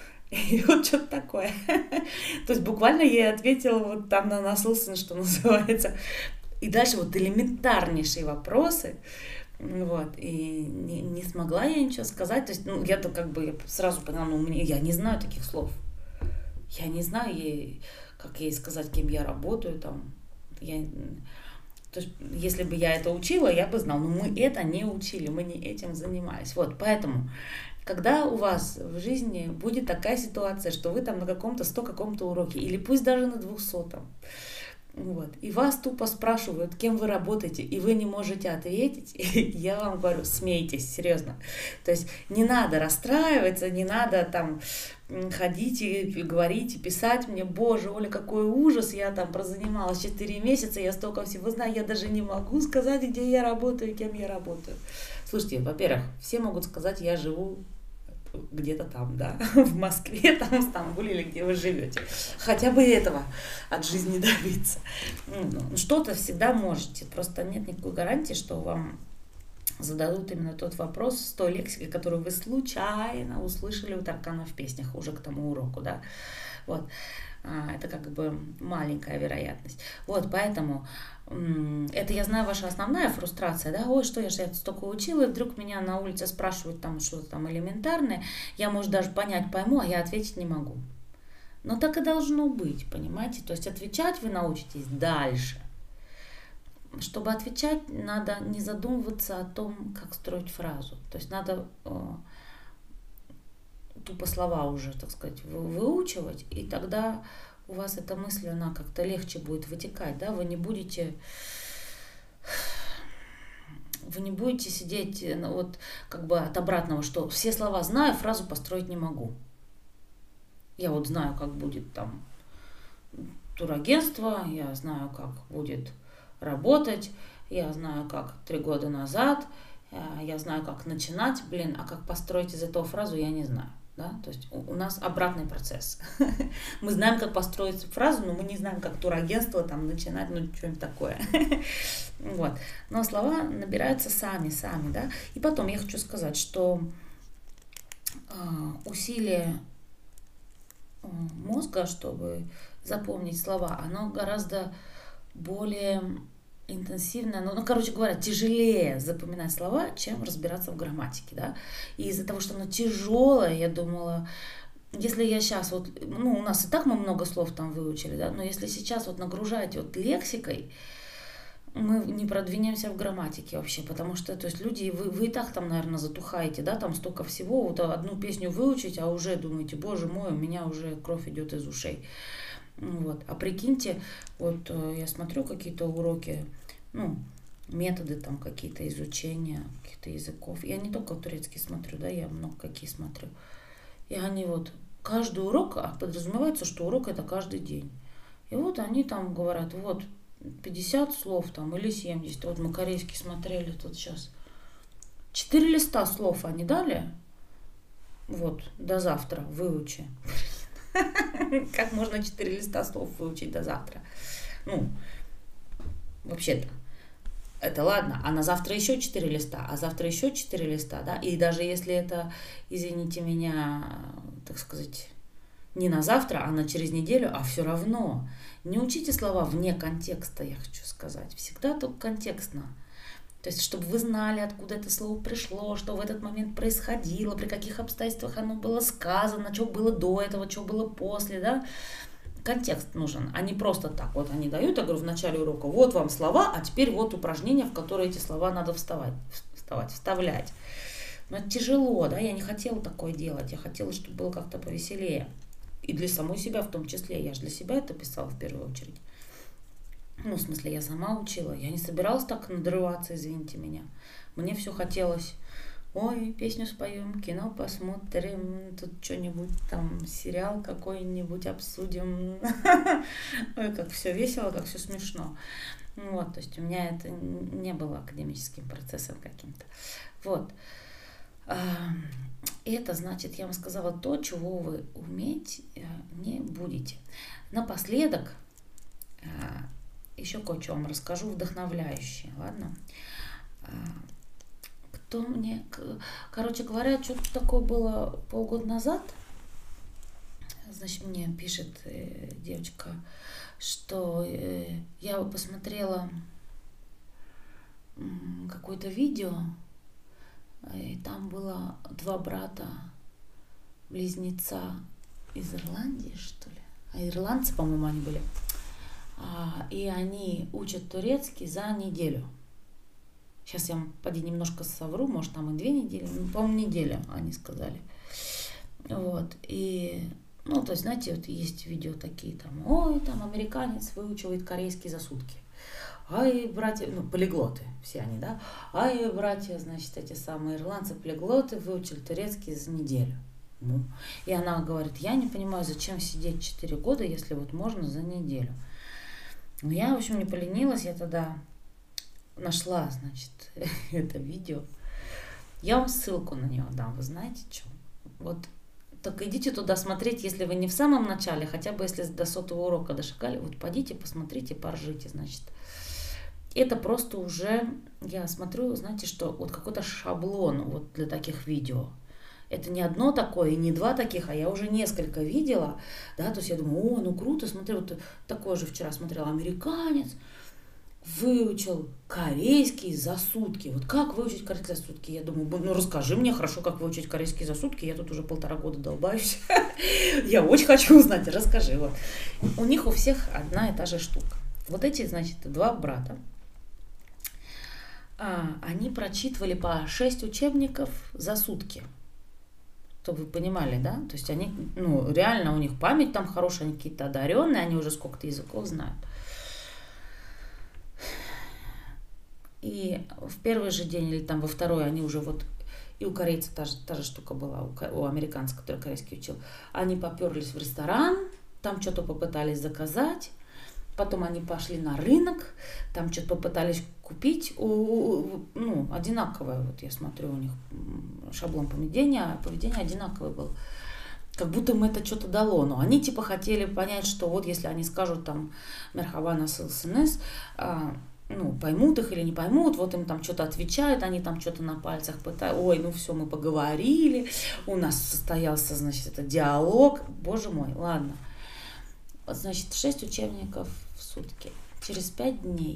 Speaker 1: И вот что-то такое. То есть буквально я ей ответила вот там на наслышан, что называется. И дальше вот элементарнейшие вопросы. Вот, и не, не смогла я ничего сказать. То есть, ну, я-то как бы сразу поняла, ну, мне, я не знаю таких слов. Я не знаю, ей, как ей сказать, кем я работаю. Там. Я, то есть, если бы я это учила, я бы знала. Но мы это не учили, мы не этим занимались. Вот, поэтому, когда у вас в жизни будет такая ситуация, что вы там на каком-то сто каком-то уроке, или пусть даже на двухсотом, вот, и вас тупо спрашивают, кем вы работаете, и вы не можете ответить, я вам говорю, смейтесь, серьезно. То есть не надо расстраиваться, не надо там ходить и говорить, и писать мне: боже, Оля, какой ужас, я там прозанималась четыре месяца, я столько всего знаю, я даже не могу сказать, где я работаю и кем я работаю. Слушайте, во-первых, все могут сказать, я живу где-то там, да, в Москве, там, в Стамбуле или где вы живете. Хотя бы этого от жизни добиться. Ну, что-то всегда можете, просто нет никакой гарантии, что вам зададут именно тот вопрос с той лексикой, которую вы случайно услышали у Таркана в песнях уже к тому уроку, да. Вот. Это как бы маленькая вероятность. Вот, поэтому Это, я знаю, ваша основная фрустрация, да, ой, что я же это столько учила, и вдруг меня на улице спрашивают там что-то там элементарное, я, может, даже понять пойму, а я ответить не могу. Но так и должно быть, понимаете? То есть отвечать вы научитесь дальше. Чтобы отвечать, надо не задумываться о том, как строить фразу. То есть надо э, тупо слова уже, так сказать, выучивать, и тогда у вас эта мысль, она как-то легче будет вытекать, да, вы не будете, вы не будете сидеть вот как бы от обратного, что все слова знаю, фразу построить не могу. Я вот знаю, как будет там турагентство, я знаю, как будет работать, я знаю, как три года назад, я знаю, как начинать, блин, а как построить из этого фразу, я не знаю. Да? То есть у, у нас обратный процесс. Мы знаем, как построить фразу, но мы не знаем, как турагентство там начинать, ну что-нибудь такое. Вот. Но слова набираются сами, сами, да. И потом я хочу сказать, что э, усилие э, мозга, чтобы запомнить слова, оно гораздо более интенсивно, ну, ну, короче говоря, тяжелее запоминать слова, чем разбираться в грамматике, да. И из-за того, что оно тяжелое, я думала, если я сейчас вот, ну, у нас и так мы много слов там выучили, да, но если сейчас вот нагружать вот лексикой, мы не продвинемся в грамматике вообще, потому что, то есть люди, вы, вы и так там, наверное, затухаете, да, там столько всего, вот одну песню выучить, а уже думаете, боже мой, у меня уже кровь идет из ушей. Вот. А прикиньте, вот я смотрю какие-то уроки, ну, методы там какие-то изучения каких-то языков. Я не только турецкий смотрю, да, я много какие смотрю. И они вот, каждый урок, а подразумевается, что урок это каждый день. И вот они там говорят, вот, пятьдесят слов там или семьдесят. Вот мы корейский смотрели тут сейчас. Четыре листа слов они дали. Вот, до завтра выучи. Как можно четыре листа слов выучить до завтра? Ну, вообще-то, это ладно, а на завтра еще четыре листа, а завтра еще четыре листа, да? И даже если это, извините меня, так сказать, не на завтра, а на через неделю, а все равно. Не учите слова вне контекста, я хочу сказать. Всегда только контекстно. То есть, чтобы вы знали, откуда это слово пришло, что в этот момент происходило, при каких обстоятельствах оно было сказано, что было до этого, что было после, да. Контекст нужен, а не просто так. Вот они дают, я говорю, в начале урока, вот вам слова, а теперь вот упражнения, в которые эти слова надо вставать, вставать, вставлять. Но это тяжело, да, я не хотела такое делать, я хотела, чтобы было как-то повеселее. И для самой себя в том числе, я же для себя это писала в первую очередь. Ну, в смысле, я сама учила. Я не собиралась так надрываться, извините меня. Мне все хотелось. Ой, песню споем, кино посмотрим, тут что-нибудь там, сериал какой-нибудь обсудим. Ой, как все весело, как все смешно. Вот, то есть у меня это не было академическим процессом каким-то. Вот. И это значит, я вам сказала то, чего вы уметь не будете. Напоследок еще кое-что вам расскажу вдохновляющее, ладно? Кто мне... Короче говоря, что-то такое было полгода назад. Значит, мне пишет э, девочка, что э, я посмотрела э, какое-то видео, и там было два брата, близнеца из Ирландии, что ли? А ирландцы, по-моему, они были. А, и они учат турецкий за неделю. Сейчас я вам, поди, немножко совру, может, там и две недели, ну, по-моему, неделю, они сказали. Вот, и, ну, то есть, знаете, вот есть видео такие, там, ой, там, американец выучивает корейский за сутки. Ай, братья, ну, полиглоты все они, да, ай, братья, значит, эти самые ирландцы, полиглоты выучили турецкий за неделю. Ну, и она говорит, я не понимаю, зачем сидеть четыре года, если вот можно за неделю. Ну, я, в общем, не поленилась, я тогда нашла, значит, это видео. Я вам ссылку на него дам, вы знаете, что? Вот, только идите туда смотреть, если вы не в самом начале, хотя бы если до сотого урока дошагали, вот пойдите, посмотрите, поржите, значит. Это просто уже, я смотрю, знаете, что вот какой-то шаблон вот для таких видео. Это не одно такое и не два таких, а я уже несколько видела, да, то есть я думаю, о, ну круто, смотри, вот такое же вчера смотрела, американец выучил корейский за сутки. Вот как выучить корейский за сутки? Я думаю, ну расскажи мне хорошо, как выучить корейский за сутки. Я тут уже полтора года долбаюсь. Я очень хочу узнать, расскажи. Вот. У них у всех одна и та же штука. Вот эти, значит, два брата, они прочитывали по шесть учебников за сутки. Чтобы вы понимали, да? То есть они, ну, реально у них память там хорошая, они какие-то одаренные, они уже сколько-то языков знают. И в первый же день или там во второй они уже вот, и у корейца та же, та же штука была, у, у американца, который корейский учил, они поперлись в ресторан, там что-то попытались заказать, потом они пошли на рынок, там что-то попытались купить, у, ну, одинаковое, вот я смотрю, у них шаблон поведения, поведение одинаковое было. Как будто им это что-то дало, но они типа хотели понять, что вот если они скажут там Мерхаба насылсыныз, ну, поймут их или не поймут, вот им там что-то отвечают, они там что-то на пальцах пытают, ой, ну все, мы поговорили, у нас состоялся, значит, это диалог, боже мой, ладно. Вот, значит, шесть учебников в сутки. Через пять дней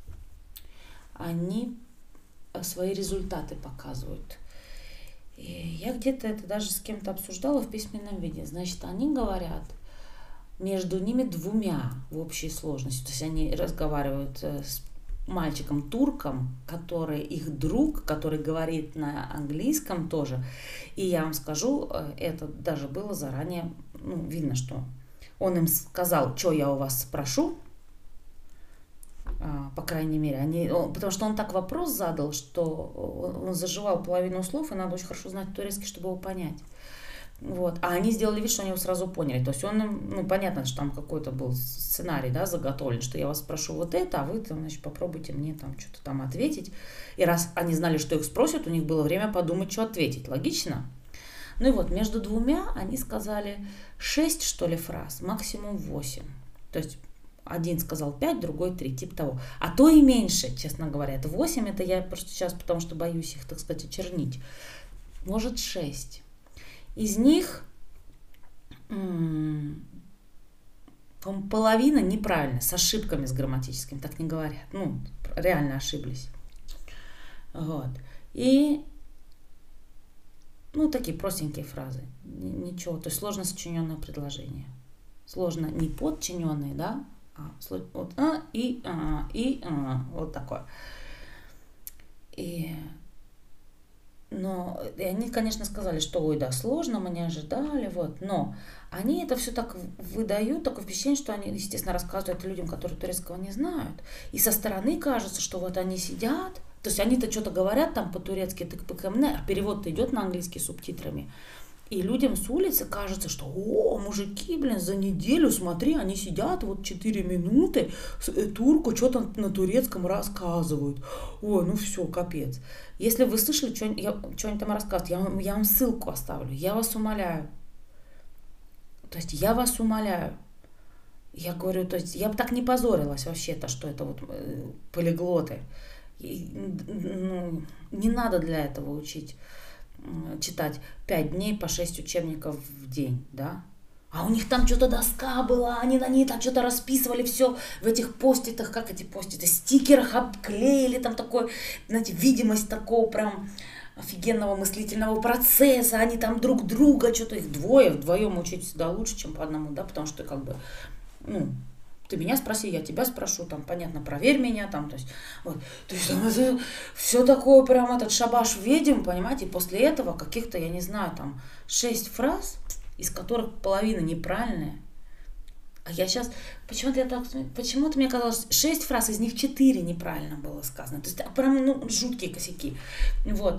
Speaker 1: они свои результаты показывают. И я где-то это даже с кем-то обсуждала в письменном виде. Значит, они говорят, между ними двумя в общей сложности. То есть они разговаривают с мальчиком-турком, который их друг, который говорит на английском тоже. И я вам скажу, это даже было заранее, ну, видно, что он им сказал, что я у вас спрошу, по крайней мере, они, потому что он так вопрос задал, что он заживал половину слов, и надо очень хорошо знать турецкий, чтобы его понять. Вот. А они сделали вид, что они его сразу поняли. То есть он им, ну, понятно, что там какой-то был сценарий, да, заготовлен, что я вас спрошу вот это, а вы там, значит, попробуйте мне там что-то там ответить. И раз они знали, что их спросят, у них было время подумать, что ответить. Логично? Ну и вот, между двумя они сказали шесть, что ли, фраз, максимум восемь. То есть один сказал пять, другой три, типа того. А то и меньше, честно говоря. Это восемь, это я просто сейчас, потому что боюсь их, так сказать, очернить. Может, шесть. Из них м- половина неправильно, с ошибками, с грамматическими, так не говорят. Ну, реально ошиблись. Вот. И, ну, такие простенькие фразы. Ничего, то есть сложно сочиненное предложение. Сложно не подчиненные, да, а вот а, и, а, и, а, вот такое. И... Но и они, конечно, сказали, что ой, да, сложно, мы не ожидали, вот, но они это все так выдают, такое впечатление, что они, естественно, рассказывают это людям, которые турецкого не знают. И со стороны кажется, что вот они сидят, то есть они-то что-то говорят там по-турецки, а перевод-то идет на английский с субтитрами. И людям с улицы кажется, что о, мужики, блин, за неделю, смотри, они сидят вот четыре минуты, турку что-то на турецком рассказывают. Ой, ну все, капец. Если вы слышали, что-нибудь там рассказывают, я вам, я вам ссылку оставлю, я вас умоляю. То есть я вас умоляю. Я говорю, то есть я бы так не позорилась вообще-то, что это вот э, полиглоты. И, ну, не надо для этого учить. Читать пять дней по шесть учебников в день, да? А у них там что-то доска была, они на ней там что-то расписывали, все в этих поститах, как эти поститы, стикерах обклеили, там такой, знаете, видимость такого прям офигенного мыслительного процесса, они там друг друга, что-то их двое, вдвоем учить всегда лучше, чем по одному, да, потому что как бы, ну, ты меня спроси, я тебя спрошу, там, понятно, проверь меня, там, то есть, вот, то есть, там, это, все такое, прям этот шабаш ведьм, понимаете, и после этого каких-то, я не знаю, там, шесть фраз, из которых половина неправильная, а я сейчас, почему-то я так, почему-то мне казалось, шесть фраз, из них четыре неправильно было сказано, то есть, прям, ну, жуткие косяки, вот.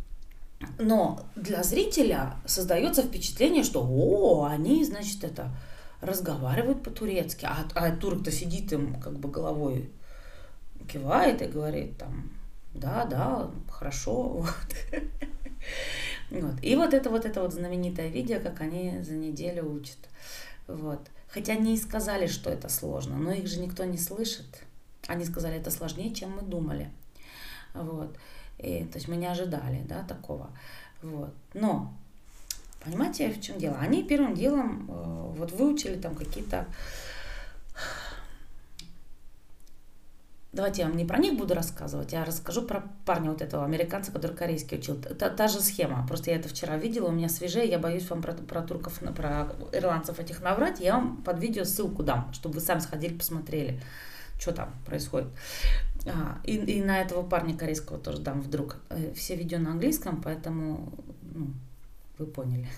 Speaker 1: Но для зрителя создается впечатление, что, о, они, значит, это... разговаривают по-турецки, а, а турок-то сидит им как бы головой кивает и говорит там, да, да, хорошо. Вот. Вот. И вот это вот это вот знаменитое видео, как они за неделю учат. Вот. Хотя они и сказали, что это сложно, но их же никто не слышит. Они сказали, это сложнее, чем мы думали. Вот. И, то есть мы не ожидали, да, такого. Вот. Но понимаете, в чем дело? Они первым делом э, вот выучили там какие-то давайте я вам не про них буду рассказывать, а расскажу про парня вот этого американца, который корейский учил. Та, та же схема, просто я это вчера видела, у меня свежее, я боюсь вам про, про турков, про ирландцев этих наврать, я вам под видео ссылку дам, чтобы вы сами сходили, посмотрели, что там происходит. А, и, и на этого парня корейского тоже дам вдруг. Все видео на английском, поэтому, ну, вы поняли.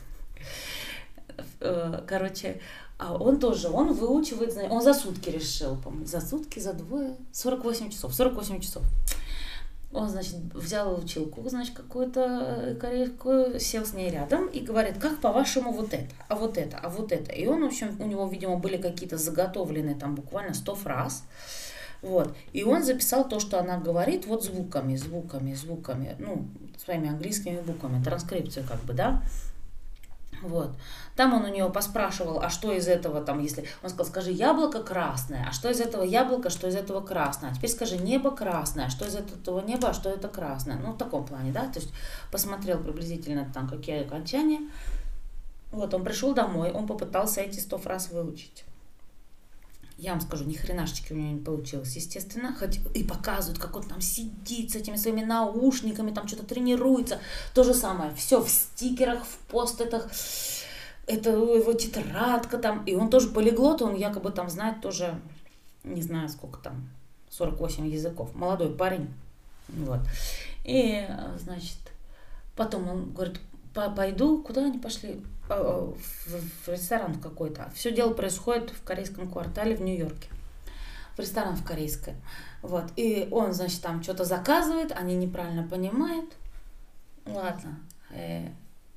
Speaker 1: Короче, а он тоже, он выучивает, он за сутки решил, по-моему, за сутки, за двое, сорок восемь часов, сорок восемь часов. Он, значит, взял училку, значит, какую-то корейскую, сел с ней рядом и говорит, как по-вашему вот это, а вот это, а вот это. И он, в общем, у него, видимо, были какие-то заготовленные там буквально сто фраз. Вот. И он записал то, что она говорит, вот звуками, звуками, звуками, ну, своими английскими буквами, транскрипцию как бы, да. Вот. Там он у нее поспрашивал, а что из этого, там, если он сказал, скажи, яблоко красное, а что из этого яблоко, что из этого красное, а теперь скажи, небо красное, а что из этого неба, а что это красное. Ну, в таком плане, да, то есть посмотрел приблизительно там, какие окончания. Вот, он пришел домой, он попытался эти сто фраз выучить. Я вам скажу, ни хренашечки у него не получилось, естественно. Хоть и показывают, как он там сидит с этими своими наушниками, там что-то тренируется. То же самое, все в стикерах, в постетах. Это его тетрадка там. И он тоже полиглот, он якобы там знает тоже, не знаю сколько там, сорок восемь языков. Молодой парень. Вот. И, значит, потом он говорит, пойду, куда они пошли? В, в ресторан какой-то. Все дело происходит в корейском квартале в Нью-Йорке. В ресторан в корейском. Вот. И он, значит, там что-то заказывает, они неправильно понимают. Ладно. Э,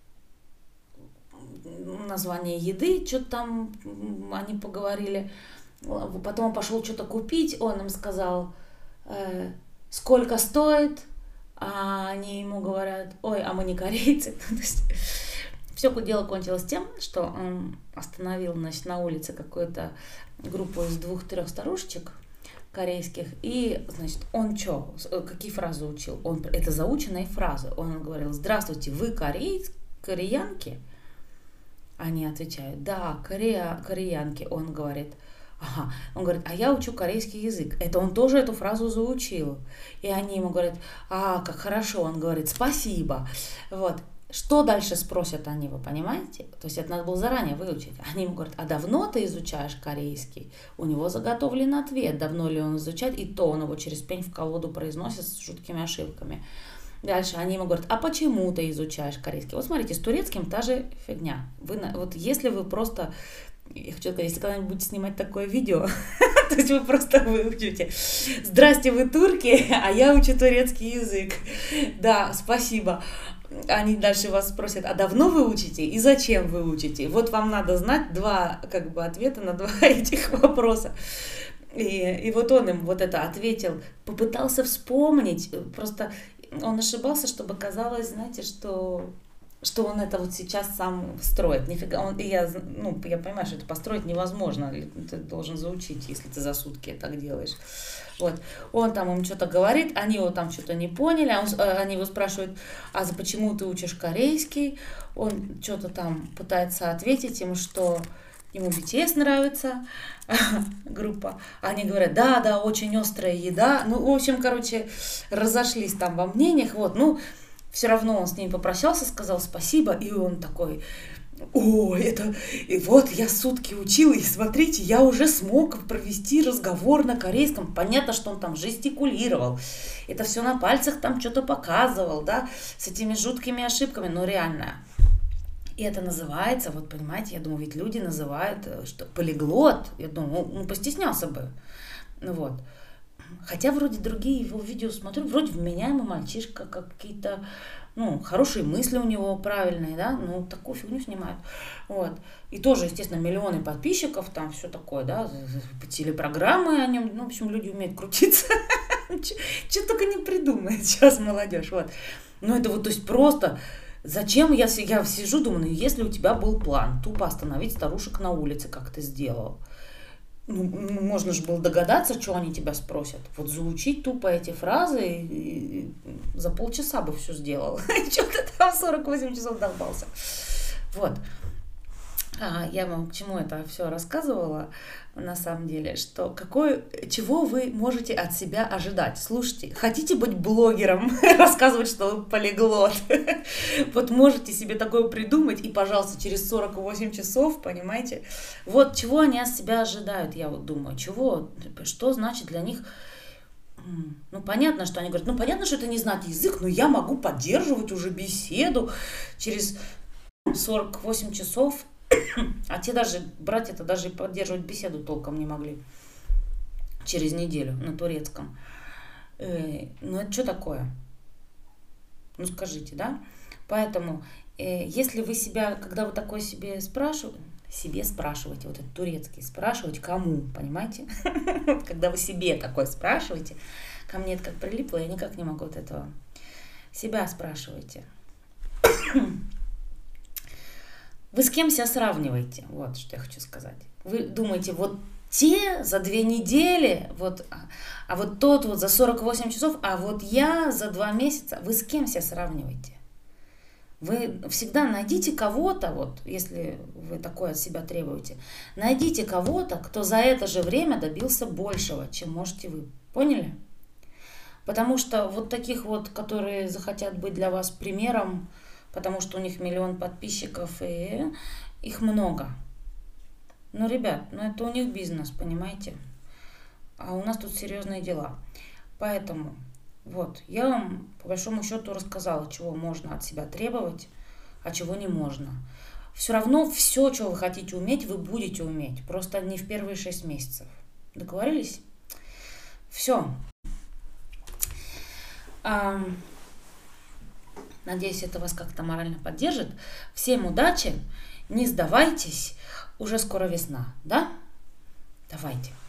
Speaker 1: название еды, что-то там они поговорили. Потом он пошел что-то купить, он им сказал, э, сколько стоит, а они ему говорят, ой, а мы не корейцы. Все дело кончилось тем, что он остановил, значит, на улице какую-то группу из двух-трех старушечек корейских, и, значит, он что, какие фразы учил? Он, это заученные фразы. Он говорил, здравствуйте, вы корейцы, кореянки? Они отвечают, да, корея, кореянки. Он говорит, ага, он говорит, а я учу корейский язык. Это он тоже эту фразу заучил. И они ему говорят, а, как хорошо. Он говорит, спасибо. Вот. Что дальше спросят они, вы понимаете? То есть это надо было заранее выучить. Они ему говорят, а давно ты изучаешь корейский? У него заготовлен ответ, давно ли он изучает, и то он его через пень в колоду произносит с жуткими ошибками. Дальше они ему говорят, а почему ты изучаешь корейский? Вот смотрите, с турецким та же фигня. Вы, вот если вы просто, я хочу сказать, если когда-нибудь будете снимать такое видео, то есть вы просто выучите, здрасте, вы турки, а я учу турецкий язык. Да, спасибо. Они дальше вас спросят, а давно вы учите и зачем вы учите? Вот вам надо знать два как бы ответа на два этих вопроса. И, и вот он им вот это ответил, попытался вспомнить, просто он ошибался, чтобы казалось, знаете, что, что он это вот сейчас сам строит. Нифига, он, и я, ну, я понимаю, что это построить невозможно, ты должен заучить, если ты за сутки так делаешь. Вот. Он там им что-то говорит, они его там что-то не поняли, а он, они его спрашивают, а за почему ты учишь корейский? Он что-то там пытается ответить им, что ему би ти эс нравится, группа. Они говорят, да, да, очень острая еда. Ну, в общем, короче, разошлись там во мнениях. Вот, ну, все равно он с ним попрощался, сказал спасибо, и он такой... О, это, и вот я сутки учил, и смотрите, я уже смог провести разговор на корейском. Понятно, что он там жестикулировал, это все на пальцах там что-то показывал, да, с этими жуткими ошибками, но реально. И это называется, вот понимаете, я думаю, ведь люди называют, что полиглот, я думаю, он постеснялся бы, ну вот. Хотя вроде другие его видео смотрю, вроде вменяемый мальчишка, какие-то, ну, хорошие мысли у него правильные, да, ну, такую фигню снимают, вот. И тоже, естественно, миллионы подписчиков, там все такое, да, телепрограммы о нем, ну, в общем, люди умеют крутиться, что только не придумает сейчас молодежь, вот. Ну, это вот, то есть просто... Зачем я, я сижу, думаю, ну, если у тебя был план тупо остановить старушек на улице, как ты сделал, ну, можно же было догадаться, что они тебя спросят. Вот заучить тупо эти фразы, и, и за полчаса бы все сделал. Что ты там сорок восемь часов долбался. Вот. А, я вам к чему это все рассказывала, на самом деле, что какой, чего вы можете от себя ожидать. Слушайте, хотите быть блогером, рассказывать, что вы полиглот, вот можете себе такое придумать, и, пожалуйста, через сорок восемь часов, понимаете, вот чего они от себя ожидают, я вот думаю, чего, что значит для них. Ну, понятно, что они говорят, ну, понятно, что это не знать язык, но я могу поддерживать уже беседу через сорок восемь часов. А те даже, братья-то даже поддерживать беседу толком не могли через неделю на турецком. Э, ну, это что такое? Ну, скажите, да? Поэтому, э, если вы себя, когда вы такое себе спрашиваете, себе спрашиваете, вот этот турецкий, спрашивать кому, понимаете? Когда вы себе такое спрашиваете, ко мне это как прилипло, я никак не могу от этого. Себя спрашиваете. Вы с кем себя сравниваете? Вот что я хочу сказать. Вы думаете, вот те за две недели, вот, а, а вот тот вот за сорок восемь часов, а вот я за два месяца. Вы с кем себя сравниваете? Вы всегда найдите кого-то, вот, если вы такое от себя требуете, найдите кого-то, кто за это же время добился большего, чем можете вы. Поняли? Потому что вот таких вот, которые захотят быть для вас примером, потому что у них миллион подписчиков, и их много. Ну, ребят, ну это у них бизнес, понимаете? А у нас тут серьезные дела. Поэтому, вот, я вам по большому счету рассказала, чего можно от себя требовать, а чего не можно. Все равно все, что вы хотите уметь, вы будете уметь. Просто не в первые шесть месяцев. Договорились? Все. Надеюсь, это вас как-то морально поддержит. Всем удачи, не сдавайтесь, уже скоро весна, да? Давайте.